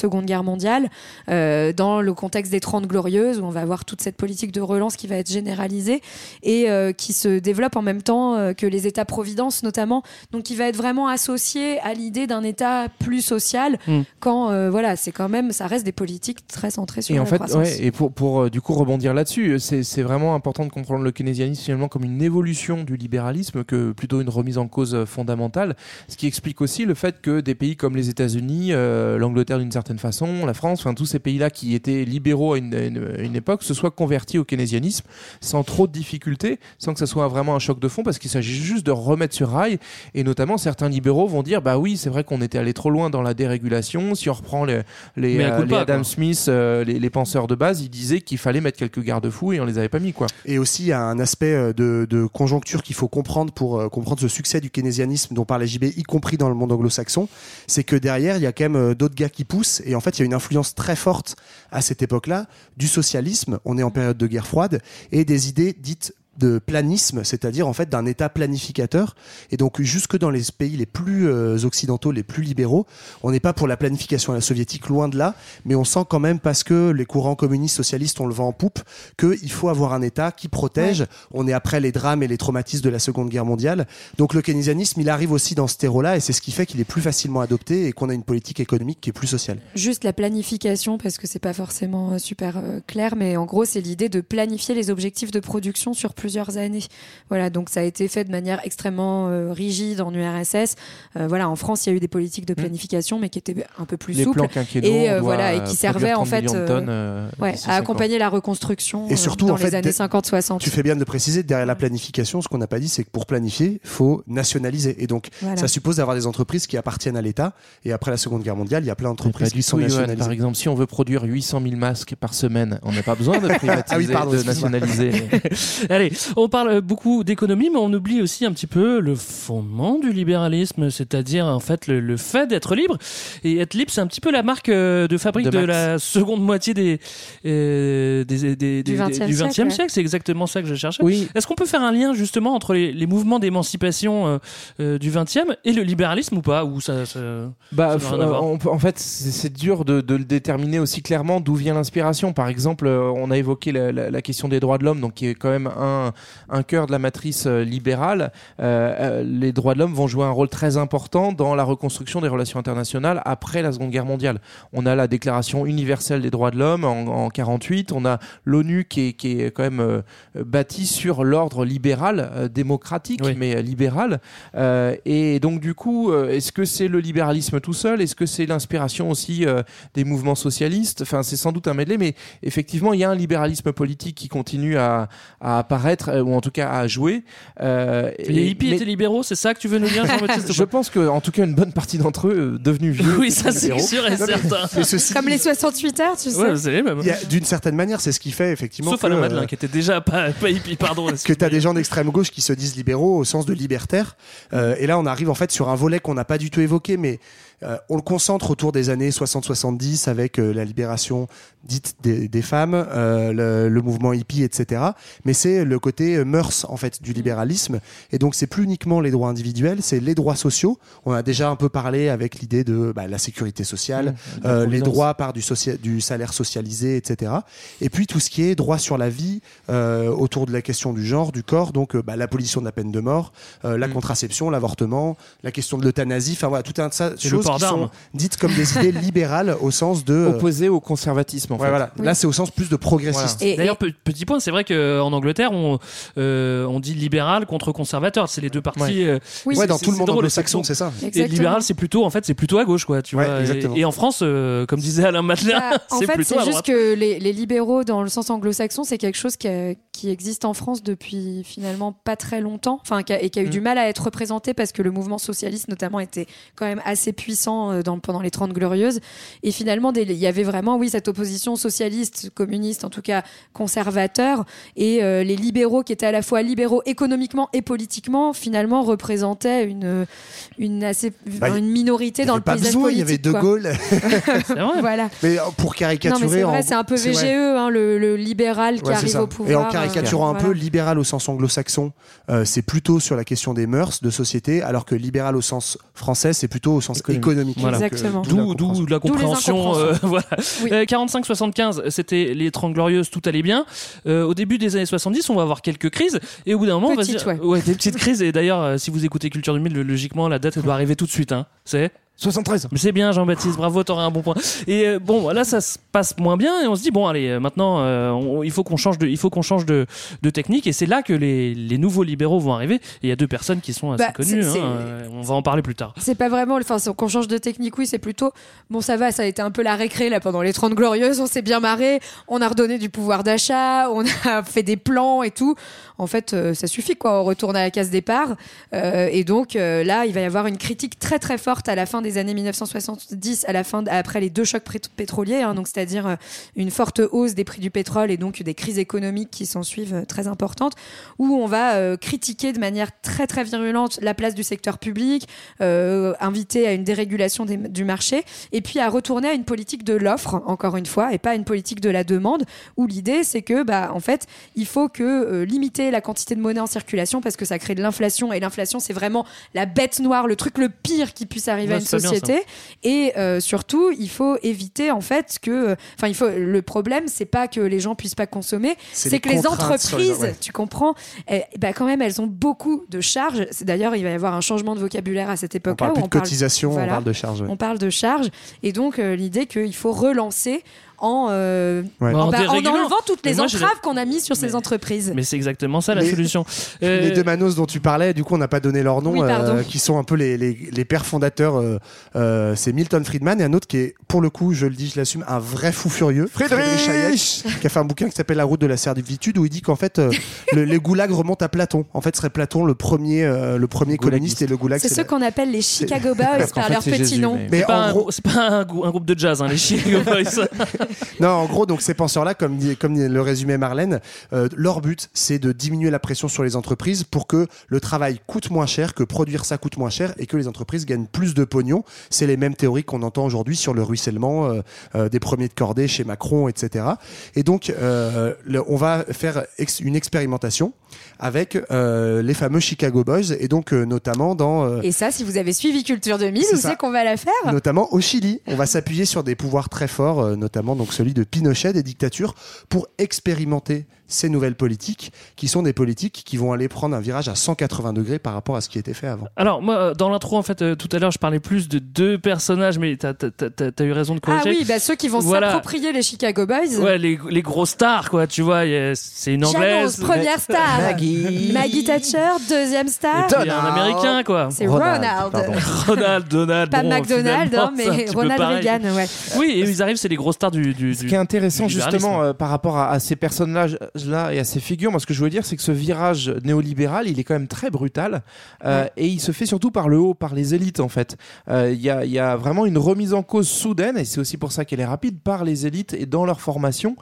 mondiale, dans le contexte des 30 Glorieuses, où on va avoir toute cette politique de relance qui va être généralisée et qui se développe en même temps que les États-providence notamment, donc qui va être vraiment associé à l'idée d'un État plus social, quand voilà, c'est quand même, ça reste des politiques très centrées sur la croissance. Ouais, et pour du coup rebondir là-dessus, c'est vraiment important de comprendre le keynésianisme finalement comme une évolution du libéralisme que plutôt une remise en cause fondamentale, ce qui explique aussi le fait que des pays comme les États-Unis, l'Angleterre d'une certaine façon, la France, enfin tous ces pays-là qui étaient libéraux à une époque se soient convertis au keynésianisme sans trop de difficultés, sans que ça soit vraiment un choc de fond, parce qu'il s'agit juste de remettre sur rail, et notamment certains libéraux vont dire bah oui, c'est vrai qu'on était allé trop loin dans la dérégulation. Si on reprend les Adam Smith, les penseurs de base, ils disaient qu'il fallait mettre quelques garde-fous et on les avait pas mis, quoi. Et aussi il y a un aspect de conjoncture qu'il faut comprendre pour comprendre ce succès du keynésianisme dont parlait JB, y compris dans le monde anglo-saxon, c'est que derrière il y a quand même d'autres gars qui poussent, et en fait il y a une influence très forte à cette époque-là du socialisme, on est en période de guerre froide, et des idées dites de planisme, c'est-à-dire en fait d'un État planificateur. Et donc jusque dans les pays les plus occidentaux, les plus libéraux, on n'est pas pour la planification à la soviétique, loin de là, mais on sent quand même, parce que les courants communistes, socialistes ont le vent en poupe, qu'il faut avoir un État qui protège. On est après les drames et les traumatismes de la Seconde Guerre mondiale. Donc le keynésianisme, il arrive aussi dans ce terreau-là, et c'est ce qui fait qu'il est plus facilement adopté et qu'on a une politique économique qui est plus sociale. Juste la planification, parce que c'est pas forcément super clair, mais en gros c'est l'idée de planifier les objectifs de production sur plusieurs années. Voilà, donc ça a été fait de manière extrêmement rigide en URSS. Voilà, en France, il y a eu des politiques de planification, mais qui étaient un peu plus souples et voilà, et qui servaient en fait à accompagner la reconstruction et surtout, dans en fait, les années 50-60. Tu fais bien de le préciser, derrière la planification, ce qu'on n'a pas dit, c'est que pour planifier, il faut nationaliser. Et donc, ça suppose d'avoir des entreprises qui appartiennent à l'État. Et après la Seconde Guerre mondiale, il y a plein d'entreprises qui sont nationalisées. Par exemple, si on veut produire 800 000 masques par semaine, on n'a pas besoin de privatiser, de nationaliser. Allez, on parle beaucoup d'économie, mais on oublie aussi un petit peu le fondement du libéralisme, c'est-à-dire en fait le fait d'être libre. Et être libre, c'est un petit peu la marque de fabrique de la seconde moitié du XXe siècle. C'est exactement ça que je cherchais. Oui. Est-ce qu'on peut faire un lien justement entre les mouvements d'émancipation du XXe et le libéralisme ou pas, ou ça en fait, c'est dur de le déterminer aussi clairement d'où vient l'inspiration. Par exemple, on a évoqué la question des droits de l'homme, donc qui est quand même un cœur de la matrice libérale. Les droits de l'homme vont jouer un rôle très important dans la reconstruction des relations internationales après la Seconde Guerre mondiale. On a la Déclaration universelle des droits de l'homme en 48, on a l'ONU qui est quand même bâtie sur l'ordre libéral, démocratique, mais libéral. Et donc du coup, est-ce que c'est le libéralisme tout seul? Est-ce que c'est l'inspiration aussi des mouvements socialistes? Enfin, c'est sans doute un medley, mais effectivement, il y a un libéralisme politique qui continue à apparaître, ou en tout cas à jouer. Les hippies étaient libéraux, c'est ça que tu veux nous dire, Jean-Baptiste? Je pense que, en tout cas, une bonne partie d'entre eux devenus vieux. Oui, ça c'est sûr et certain. Comme les 68 heures, tu sais. Ouais, vous savez, même. D'une certaine manière, c'est ce qui fait effectivement. Sauf Alain Madelin, qui était déjà pas hippie, pardon. Que tu as des gens d'extrême gauche qui se disent libéraux au sens de libertaires. Et là, on arrive en fait sur un volet qu'on n'a pas du tout évoqué, mais on le concentre autour des années 60-70 avec la libération dite des femmes, le mouvement hippie, etc. Mais c'est le côté mœurs en fait du libéralisme. Et donc c'est plus uniquement les droits individuels, c'est les droits sociaux. On a déjà un peu parlé avec l'idée de la sécurité sociale, les droits par du salaire socialisé, etc. Et puis tout ce qui est droit sur la vie, autour de la question du genre, du corps, donc l'abolition de la peine de mort, la contraception, l'avortement, la question de l'euthanasie, enfin voilà, tout un tas de choses qui sont dites comme des idées libérales au sens de opposées au conservatisme en fait. Voilà. Là c'est au sens plus de progressiste. Voilà. D'ailleurs, petit point, c'est vrai qu'en Angleterre on dit libéral contre conservateur, c'est les deux partis. Dans tout le monde anglo-saxon, c'est ça. Et libéral, c'est plutôt à gauche, quoi, tu vois. Et en France, comme disait Alain Madelin, c'est plutôt à droite. C'est juste que les libéraux dans le sens anglo-saxon, c'est quelque chose qui existe en France depuis finalement pas très longtemps, et qui a eu du mal à être représenté parce que le mouvement socialiste notamment était quand même assez puissant pendant les 30 Glorieuses, et finalement il y avait vraiment cette opposition socialiste, communiste, en tout cas conservateur, et les libéraux qui étaient à la fois libéraux économiquement et politiquement finalement représentaient une minorité dans le paysage politique. Il y avait De Gaulle. C'est vrai. Voilà. Mais pour caricaturer, non, mais c'est vrai, c'est un peu VGE, le libéral qui arrive au pouvoir. Et en caricaturant un peu, libéral au sens anglo-saxon, c'est plutôt sur la question des mœurs de société, alors que libéral au sens français, c'est plutôt au sens économique. Voilà. Exactement. D'où la compréhension. Voilà. Oui. 45-75, c'était les 30 Glorieuses, tout allait bien. Au début des années 70, on va avoir quelques crises. Et au bout d'un moment, Petites, on va dire, ouais, des petites crises. Et d'ailleurs, si vous écoutez Culture 2000, logiquement, la date elle doit arriver tout de suite. Hein. C'est 73. Mais c'est bien, Jean-Baptiste, bravo, t'aurais un bon point. Et bon, là, ça se passe moins bien et on se dit bon, allez, maintenant, il faut qu'on change de technique. Et c'est là que les nouveaux libéraux vont arriver. Et il y a deux personnes qui sont assez connues. On va en parler plus tard. C'est pas vraiment, enfin, qu'on change de technique, oui, c'est plutôt, bon, ça va, ça a été un peu la récré là pendant les 30 Glorieuses. On s'est bien marré, on a redonné du pouvoir d'achat, on a fait des plans et tout. En fait, ça suffit quoi, on retourne à la case départ. Et donc là, il va y avoir une critique très très forte à la fin des années 1970, après les deux chocs pétroliers, hein, donc c'est-à-dire une forte hausse des prix du pétrole et donc des crises économiques qui s'en suivent très importantes, où on va critiquer de manière très très virulente la place du secteur public, inviter à une dérégulation du marché, et puis à retourner à une politique de l'offre, encore une fois, et pas une politique de la demande, où l'idée c'est que en fait, il faut que limiter la quantité de monnaie en circulation parce que ça crée de l'inflation, et l'inflation c'est vraiment la bête noire, le truc le pire qui puisse arriver à une société. Et surtout, il faut éviter en fait que, le problème, c'est pas que les gens puissent pas consommer, c'est que les entreprises, tu comprends, quand même, elles ont beaucoup de charges. D'ailleurs, il va y avoir un changement de vocabulaire à cette époque-là. On parle plus de cotisation, on parle de charges. On parle de charges, et donc l'idée qu'il faut relancer en enlevant toutes les entraves qu'on a mises sur ces entreprises. Mais c'est exactement ça la solution. Les deux Manos dont tu parlais, du coup on n'a pas donné leur nom, qui sont un peu les pères fondateurs. C'est Milton Friedman et un autre qui est, pour le coup, je le dis, je l'assume, un vrai fou furieux. Friedrich Hayek, qui a fait un bouquin qui s'appelle La route de la servitude, où il dit qu'en fait les goulags remontent à Platon. En fait, serait Platon le premier communiste, et le goulag. C'est ceux qu'on appelle les Chicago Boys par leur petit nom. Mais c'est pas un groupe de jazz, hein, les Chicago Boys. Non, en gros, donc ces penseurs-là, comme le résumait Marlène, leur but, c'est de diminuer la pression sur les entreprises pour que le travail coûte moins cher, que produire ça coûte moins cher et que les entreprises gagnent plus de pognon. C'est les mêmes théories qu'on entend aujourd'hui sur le ruissellement des premiers de cordée chez Macron, etc. Et donc, on va faire une expérimentation avec les fameux Chicago Boys, et donc notamment dans... Et ça, si vous avez suivi Culture 2000, où c'est qu'on va la faire ? Notamment au Chili. On va s'appuyer sur des pouvoirs très forts, notamment donc celui de Pinochet, des dictatures, pour expérimenter ces nouvelles politiques, qui sont des politiques qui vont aller prendre un virage à 180 degrés par rapport à ce qui était fait avant. Alors, moi, dans l'intro, en fait, tout à l'heure, je parlais plus de deux personnages, mais t'as eu raison de corriger. Ah oui, ceux qui vont s'approprier les Chicago Boys. Ouais, les gros stars, quoi, tu vois, c'est une Anglaise. Janos, première star. Maggie Thatcher, deuxième star. Et un Américain, quoi. C'est Ronald. Donald. Pas McDonald, mais Ronald Reagan, ouais. Oui, et ils arrivent, c'est les grosses stars du Ce qui est intéressant, justement, par rapport à ces personnages-là et à ces figures, moi, ce que je voulais dire, c'est que ce virage néolibéral, il est quand même très brutal, et il se fait surtout par le haut, par les élites, en fait. Il y a vraiment une remise en cause soudaine, et c'est aussi pour ça qu'elle est rapide, par les élites et dans leur formation,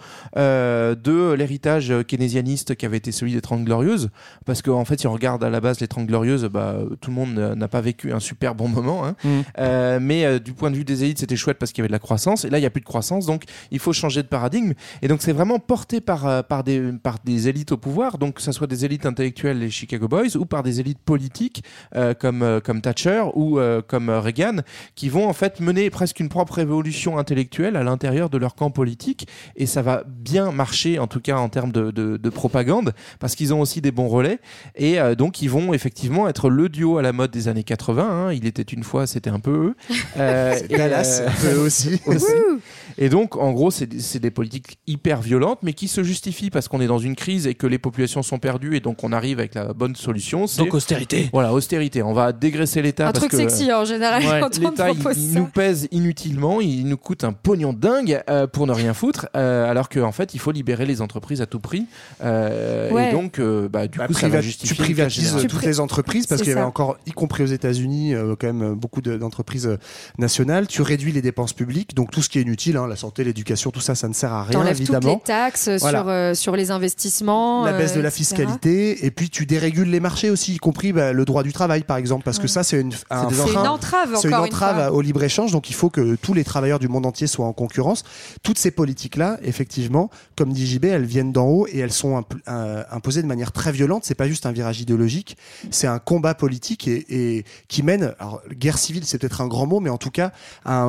de l'héritage keynésianiste qui avait été celui des 30 Glorieuses, parce qu'en fait, si on regarde à la base les 30 Glorieuses, tout le monde n'a pas vécu un super bon moment, hein. Mais du point de vue des élites, c'était chouette parce qu'il y avait de la croissance, et là, il n'y a plus de croissance, donc il faut changer de paradigme, et donc c'est vraiment porté par des élites au pouvoir, donc que ce soit des élites intellectuelles, les Chicago Boys, ou par des élites politiques comme Thatcher ou comme Reagan, qui vont en fait mener presque une propre révolution intellectuelle à l'intérieur de leur camp politique, et ça va bien marcher, en tout cas en termes de propagande, parce qu'ils ont aussi des bons relais, et donc ils vont effectivement être le duo à la mode des années 80, hein. Il était une fois, c'était un peu eux. Dallas, eux aussi. Et donc, en gros, c'est des politiques hyper violentes, mais qui se justifient parce qu'on est dans une crise et que les populations sont perdues, et donc on arrive avec la bonne solution. Donc austérité. Voilà, austérité. On va dégraisser l'État. Un truc sexy en général. L'État, il nous pèse inutilement, il nous coûte un pognon dingue pour ne rien foutre, alors qu'en fait, il faut libérer les entreprises à tout prix. Et donc, du coup, ça va justifier. Tu privatises toutes les entreprises, parce qu'il y avait encore, y compris aux États-Unis, quand même beaucoup d'entreprises nationales. Tu réduis les dépenses publiques, donc tout ce qui est inutile, hein, la santé, l'éducation, tout ça, ça ne sert à rien. T'enlèves évidemment. toutes les taxes sur les investissements. La baisse de la etc. fiscalité, et puis tu dérégules les marchés aussi, y compris le droit du travail, par exemple, parce que ça, c'est une entrave au libre-échange, donc il faut que tous les travailleurs du monde entier soient en concurrence. Toutes ces politiques-là, effectivement, comme dit JB, elles viennent d'en haut et elles sont imposées de manière très violente. C'est pas juste un virage idéologique, c'est un combat politique et qui mène, alors guerre civile c'est peut-être un grand mot, mais en tout cas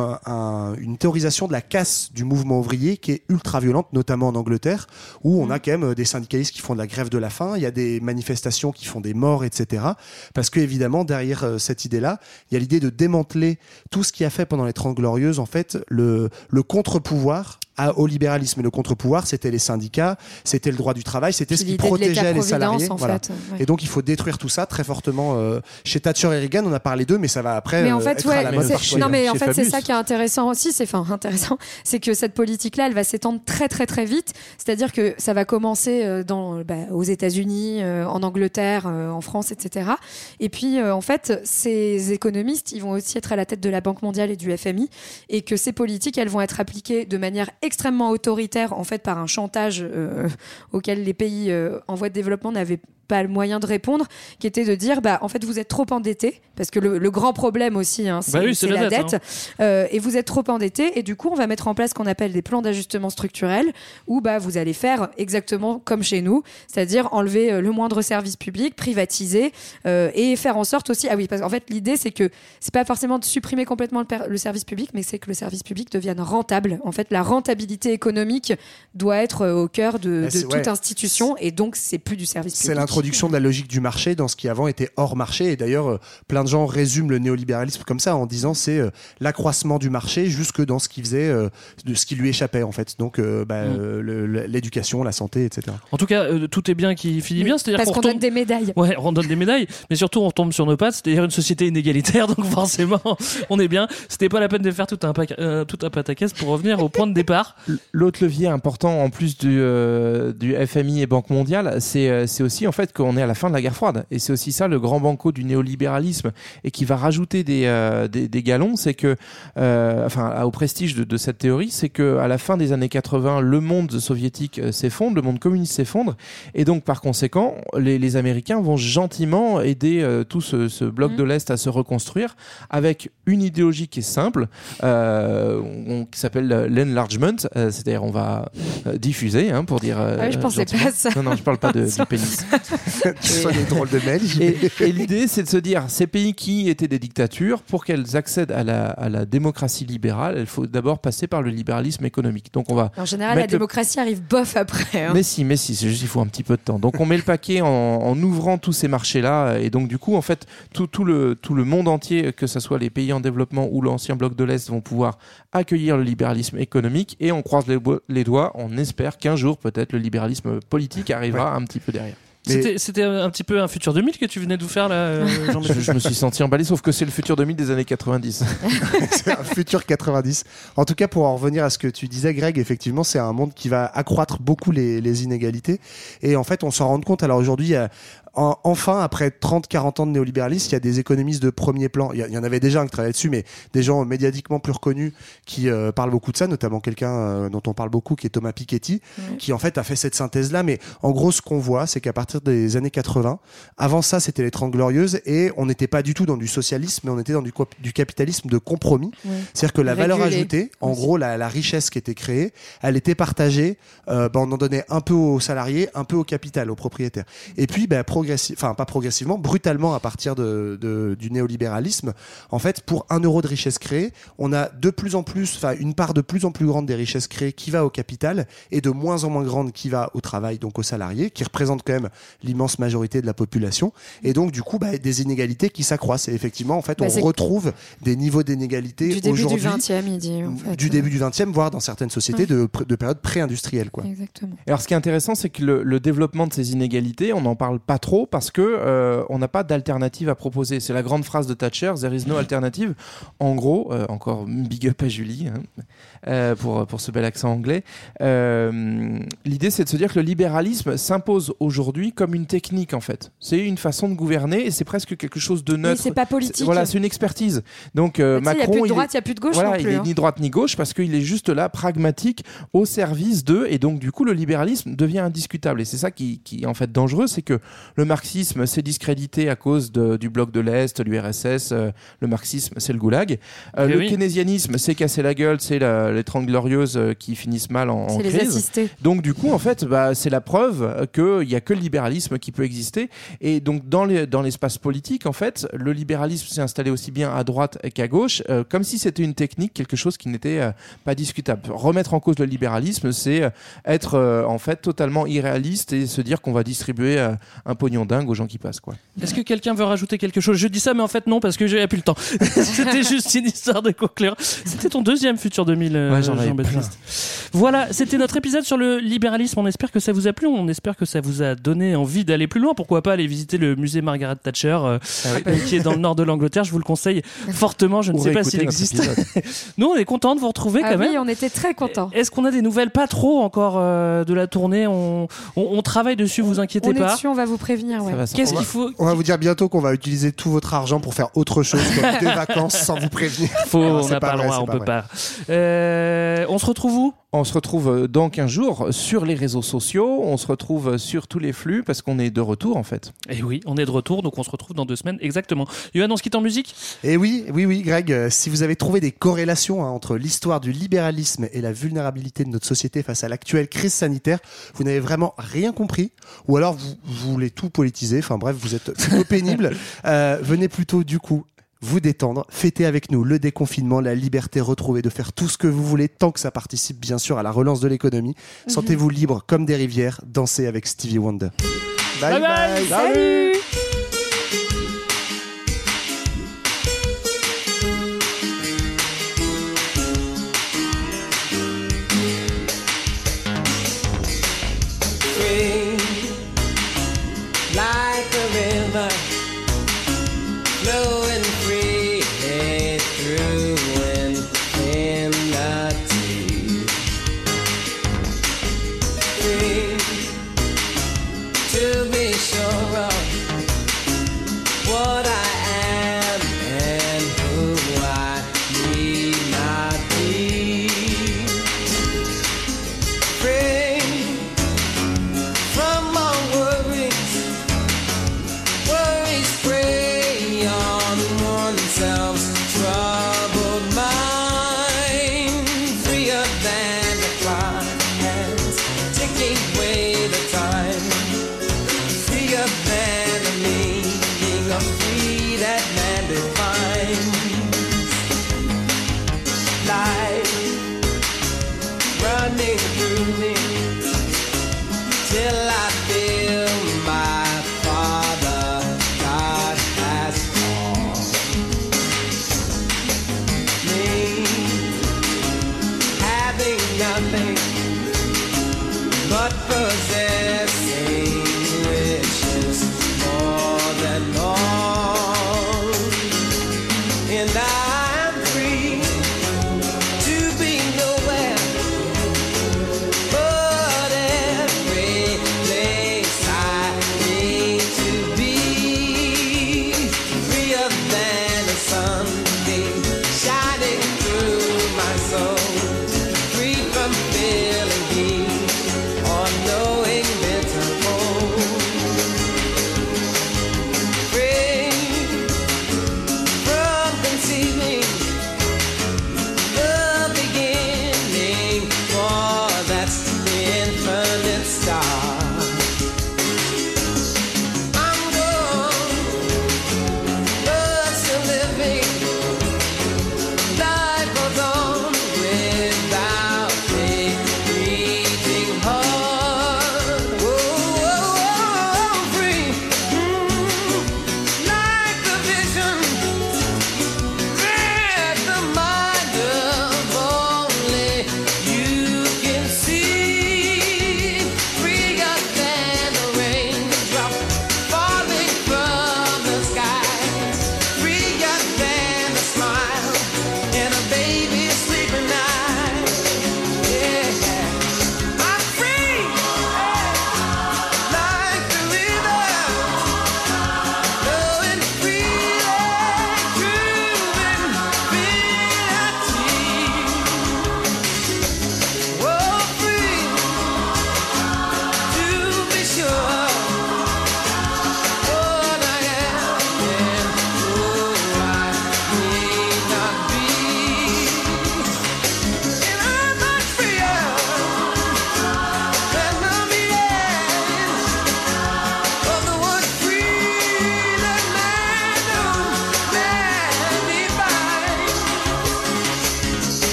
une théorisation de la casse du mouvement ouvrier qui est ultra violente, notamment en Angleterre, où on a quand même des syndicalistes qui font de la grève de la faim, il y a des manifestations qui font des morts, etc. Parce que évidemment derrière cette idée-là, il y a l'idée de démanteler tout ce qui a fait pendant les 30 Glorieuses, en fait, le contre-pouvoir au libéralisme. Et le contre-pouvoir, c'était les syndicats, c'était le droit du travail, c'était ce qui protégeait les salariés. Voilà. Et donc, il faut détruire tout ça très fortement. Chez Thatcher et Reagan, on a parlé d'eux, mais ça va après mais en fait, être à la mode partout. Non, mais en fait, c'est ça qui est intéressant aussi. C'est que cette politique-là, elle va s'étendre très, très, très vite. C'est-à-dire que ça va commencer aux États-Unis, en Angleterre, en France, etc. Et puis, en fait, ces économistes, ils vont aussi être à la tête de la Banque mondiale et du FMI, et que ces politiques, elles vont être appliquées de manière extrêmement autoritaire, en fait, par un chantage auquel les pays en voie de développement n'avaient pas le moyen de répondre, qui était de dire en fait vous êtes trop endettés, parce que le grand problème aussi c'est la dette, et vous êtes trop endettés, et du coup on va mettre en place ce qu'on appelle des plans d'ajustement structurel où vous allez faire exactement comme chez nous, c'est-à-dire enlever le moindre service public, privatiser, et faire en sorte aussi parce qu'en fait l'idée c'est que c'est pas forcément de supprimer complètement le service public, mais c'est que le service public devienne rentable. En fait la rentabilité économique doit être au cœur de toute institution, et donc c'est plus du service public. Introduction de la logique du marché dans ce qui avant était hors marché, et d'ailleurs plein de gens résument le néolibéralisme comme ça en disant c'est l'accroissement du marché jusque dans ce qui faisait de ce qui lui échappait en fait, donc l'éducation, la santé, etc. En tout cas tout est bien qui finit bien, c'est-à-dire parce qu'on donne des médailles. Ouais, on donne des médailles, mais surtout on tombe sur nos pattes, c'est-à-dire une société inégalitaire, donc forcément on est bien. C'était pas la peine de faire tout un pataquès pour revenir au point de départ. L'autre levier important en plus du FMI et Banque mondiale, c'est aussi en fait qu'on est à la fin de la guerre froide, et c'est aussi ça le grand banco du néolibéralisme, et qui va rajouter des galons, c'est que au prestige de cette théorie, c'est que à la fin des années 80 le monde soviétique s'effondre, le monde communiste s'effondre, et donc par conséquent les Américains vont gentiment aider tout ce bloc de l'Est à se reconstruire avec une idéologie qui est simple, qui s'appelle l'enlargement, c'est-à-dire on va diffuser pour dire je pensais pas à ça. Non, je parle pas du pénis. Tu sois des drôles de mails. Et l'idée, c'est de se dire, ces pays qui étaient des dictatures, pour qu'elles accèdent à la démocratie libérale, il faut d'abord passer par le libéralisme économique. Donc on va en général, la démocratie arrive bof après. Mais si, c'est juste il faut un petit peu de temps. Donc on met le paquet en ouvrant tous ces marchés-là, et donc du coup, en fait, tout le monde entier, que ce soit les pays en développement ou l'ancien bloc de l'Est, vont pouvoir accueillir le libéralisme économique, et on croise les doigts, on espère qu'un jour, peut-être, le libéralisme politique arrivera un petit peu derrière. C'était un petit peu un futur 2000 que tu venais de vous faire là, Jean-Michel. Je me suis senti emballé, sauf que c'est le futur 2000 des années 90. C'est un futur 90. En tout cas, pour en revenir à ce que tu disais, Greg, effectivement, c'est un monde qui va accroître beaucoup les inégalités. Et en fait, on s'en rend compte. Alors aujourd'hui, enfin, après 30-40 ans de néolibéralisme, il y a des économistes de premier plan. Il y en avait déjà un qui travaillait dessus, mais des gens médiatiquement plus reconnus qui parlent beaucoup de ça, notamment quelqu'un dont on parle beaucoup, qui est Thomas Piketty, qui en fait a fait cette synthèse-là. Mais en gros, ce qu'on voit, c'est qu'à partir des années 80, avant ça, c'était les 30 Glorieuses, et on n'était pas du tout dans du socialisme, mais on était dans du capitalisme de compromis. C'est-à-dire que la valeur ajoutée, en gros, la richesse qui était créée, elle était partagée, on en donnait un peu aux salariés, un peu au capital, aux propriétaires. Et puis, brutalement, à partir du néolibéralisme, en fait, pour 1 euro de richesse créée, on a une part de plus en plus grande des richesses créées qui va au capital, et de moins en moins grande qui va au travail, donc aux salariés, qui représentent quand même l'immense majorité de la population. Et donc, du coup, des inégalités qui s'accroissent. Et effectivement, en fait, on retrouve des niveaux d'inégalité du début aujourd'hui. Du 20e, il dit. En fait. Du début du 20e, voire dans certaines sociétés de période pré-industrielle, quoi. Exactement. Alors, ce qui est intéressant, c'est que le développement de ces inégalités, on n'en parle pas trop, parce que on n'a pas d'alternative à proposer. C'est la grande phrase de Thatcher, there is no alternative. En gros, encore big up à Julie pour ce bel accent anglais. L'idée, c'est de se dire que le libéralisme s'impose aujourd'hui comme une technique, en fait. C'est une façon de gouverner, et c'est presque quelque chose de neutre. Oui, c'est pas politique. C'est une expertise. Donc Macron, il n'y a plus de droite, il n'y a plus de gauche non plus. Il n'est ni droite ni gauche, parce qu'il est juste là, pragmatique, au service d'eux, et donc du coup le libéralisme devient indiscutable. Et c'est ça qui est en fait dangereux, c'est que Le marxisme, c'est discrédité à cause du bloc de l'Est, l'URSS. Le marxisme, c'est le goulag. Le keynésianisme, c'est casser la gueule, c'est les 30 glorieuses qui finissent mal en C'est crise. les assistés. Donc du coup, en fait, c'est la preuve qu'il n'y a que le libéralisme qui peut exister. Et donc dans l'espace politique, en fait, le libéralisme s'est installé aussi bien à droite qu'à gauche, comme si c'était une technique, quelque chose qui n'était pas discutable. Remettre en cause le libéralisme, c'est être en fait totalement irréaliste et se dire qu'on va distribuer un pognon dingue aux gens qui passent, quoi. Est-ce que quelqu'un veut rajouter quelque chose ? Je dis ça, mais en fait non, parce que j'ai plus le temps. C'était juste une histoire de conclure. C'était ton deuxième Futur 2000, Jean-Baptiste. Voilà, c'était notre épisode sur le libéralisme. On espère que ça vous a plu. On espère que ça vous a donné envie d'aller plus loin. Pourquoi pas aller visiter le musée Margaret Thatcher, qui est dans le nord de l'Angleterre. Je vous le conseille fortement. Je ne sais pas s'il existe. Nous, on est contents de vous retrouver quand même. Oui, on était très contents. Est-ce qu'on a des nouvelles ? Pas trop encore de la tournée. On travaille dessus, vous inquiétez pas. On est dessus, on va vous prévenir. Ouais. Qu'est-ce qu'il faut ? On va vous dire bientôt qu'on va utiliser tout votre argent pour faire autre chose, comme des vacances, sans vous prévenir. On n'a pas le droit, on peut pas. On se retrouve où ? On se retrouve dans 15 jours sur les réseaux sociaux, on se retrouve sur tous les flux parce qu'on est de retour en fait. Et oui, on est de retour, donc on se retrouve dans 2 semaines exactement. Yoann, on se quitte en musique ? Et oui, Greg, si vous avez trouvé des corrélations entre l'histoire du libéralisme et la vulnérabilité de notre société face à l'actuelle crise sanitaire, vous n'avez vraiment rien compris, ou alors vous voulez tout politiser, enfin bref, vous êtes plutôt pénible, venez plutôt du coup vous détendre, fêter avec nous le déconfinement, la liberté retrouvée de faire tout ce que vous voulez, tant que ça participe bien sûr à la relance de l'économie. Sentez-vous libre comme des rivières, dansez avec Stevie Wonder. Bye bye. Salut. Like a river flowing freely through infinity. Free to be sure of what I am and who I need not be. Free from my worries. Worries prey on oneself's troubled mind. Freer than the clouds, taking away the time. Freer than the meaning of free that man defines. Life running through me till I feel my Father God has called me, having nothing but possession.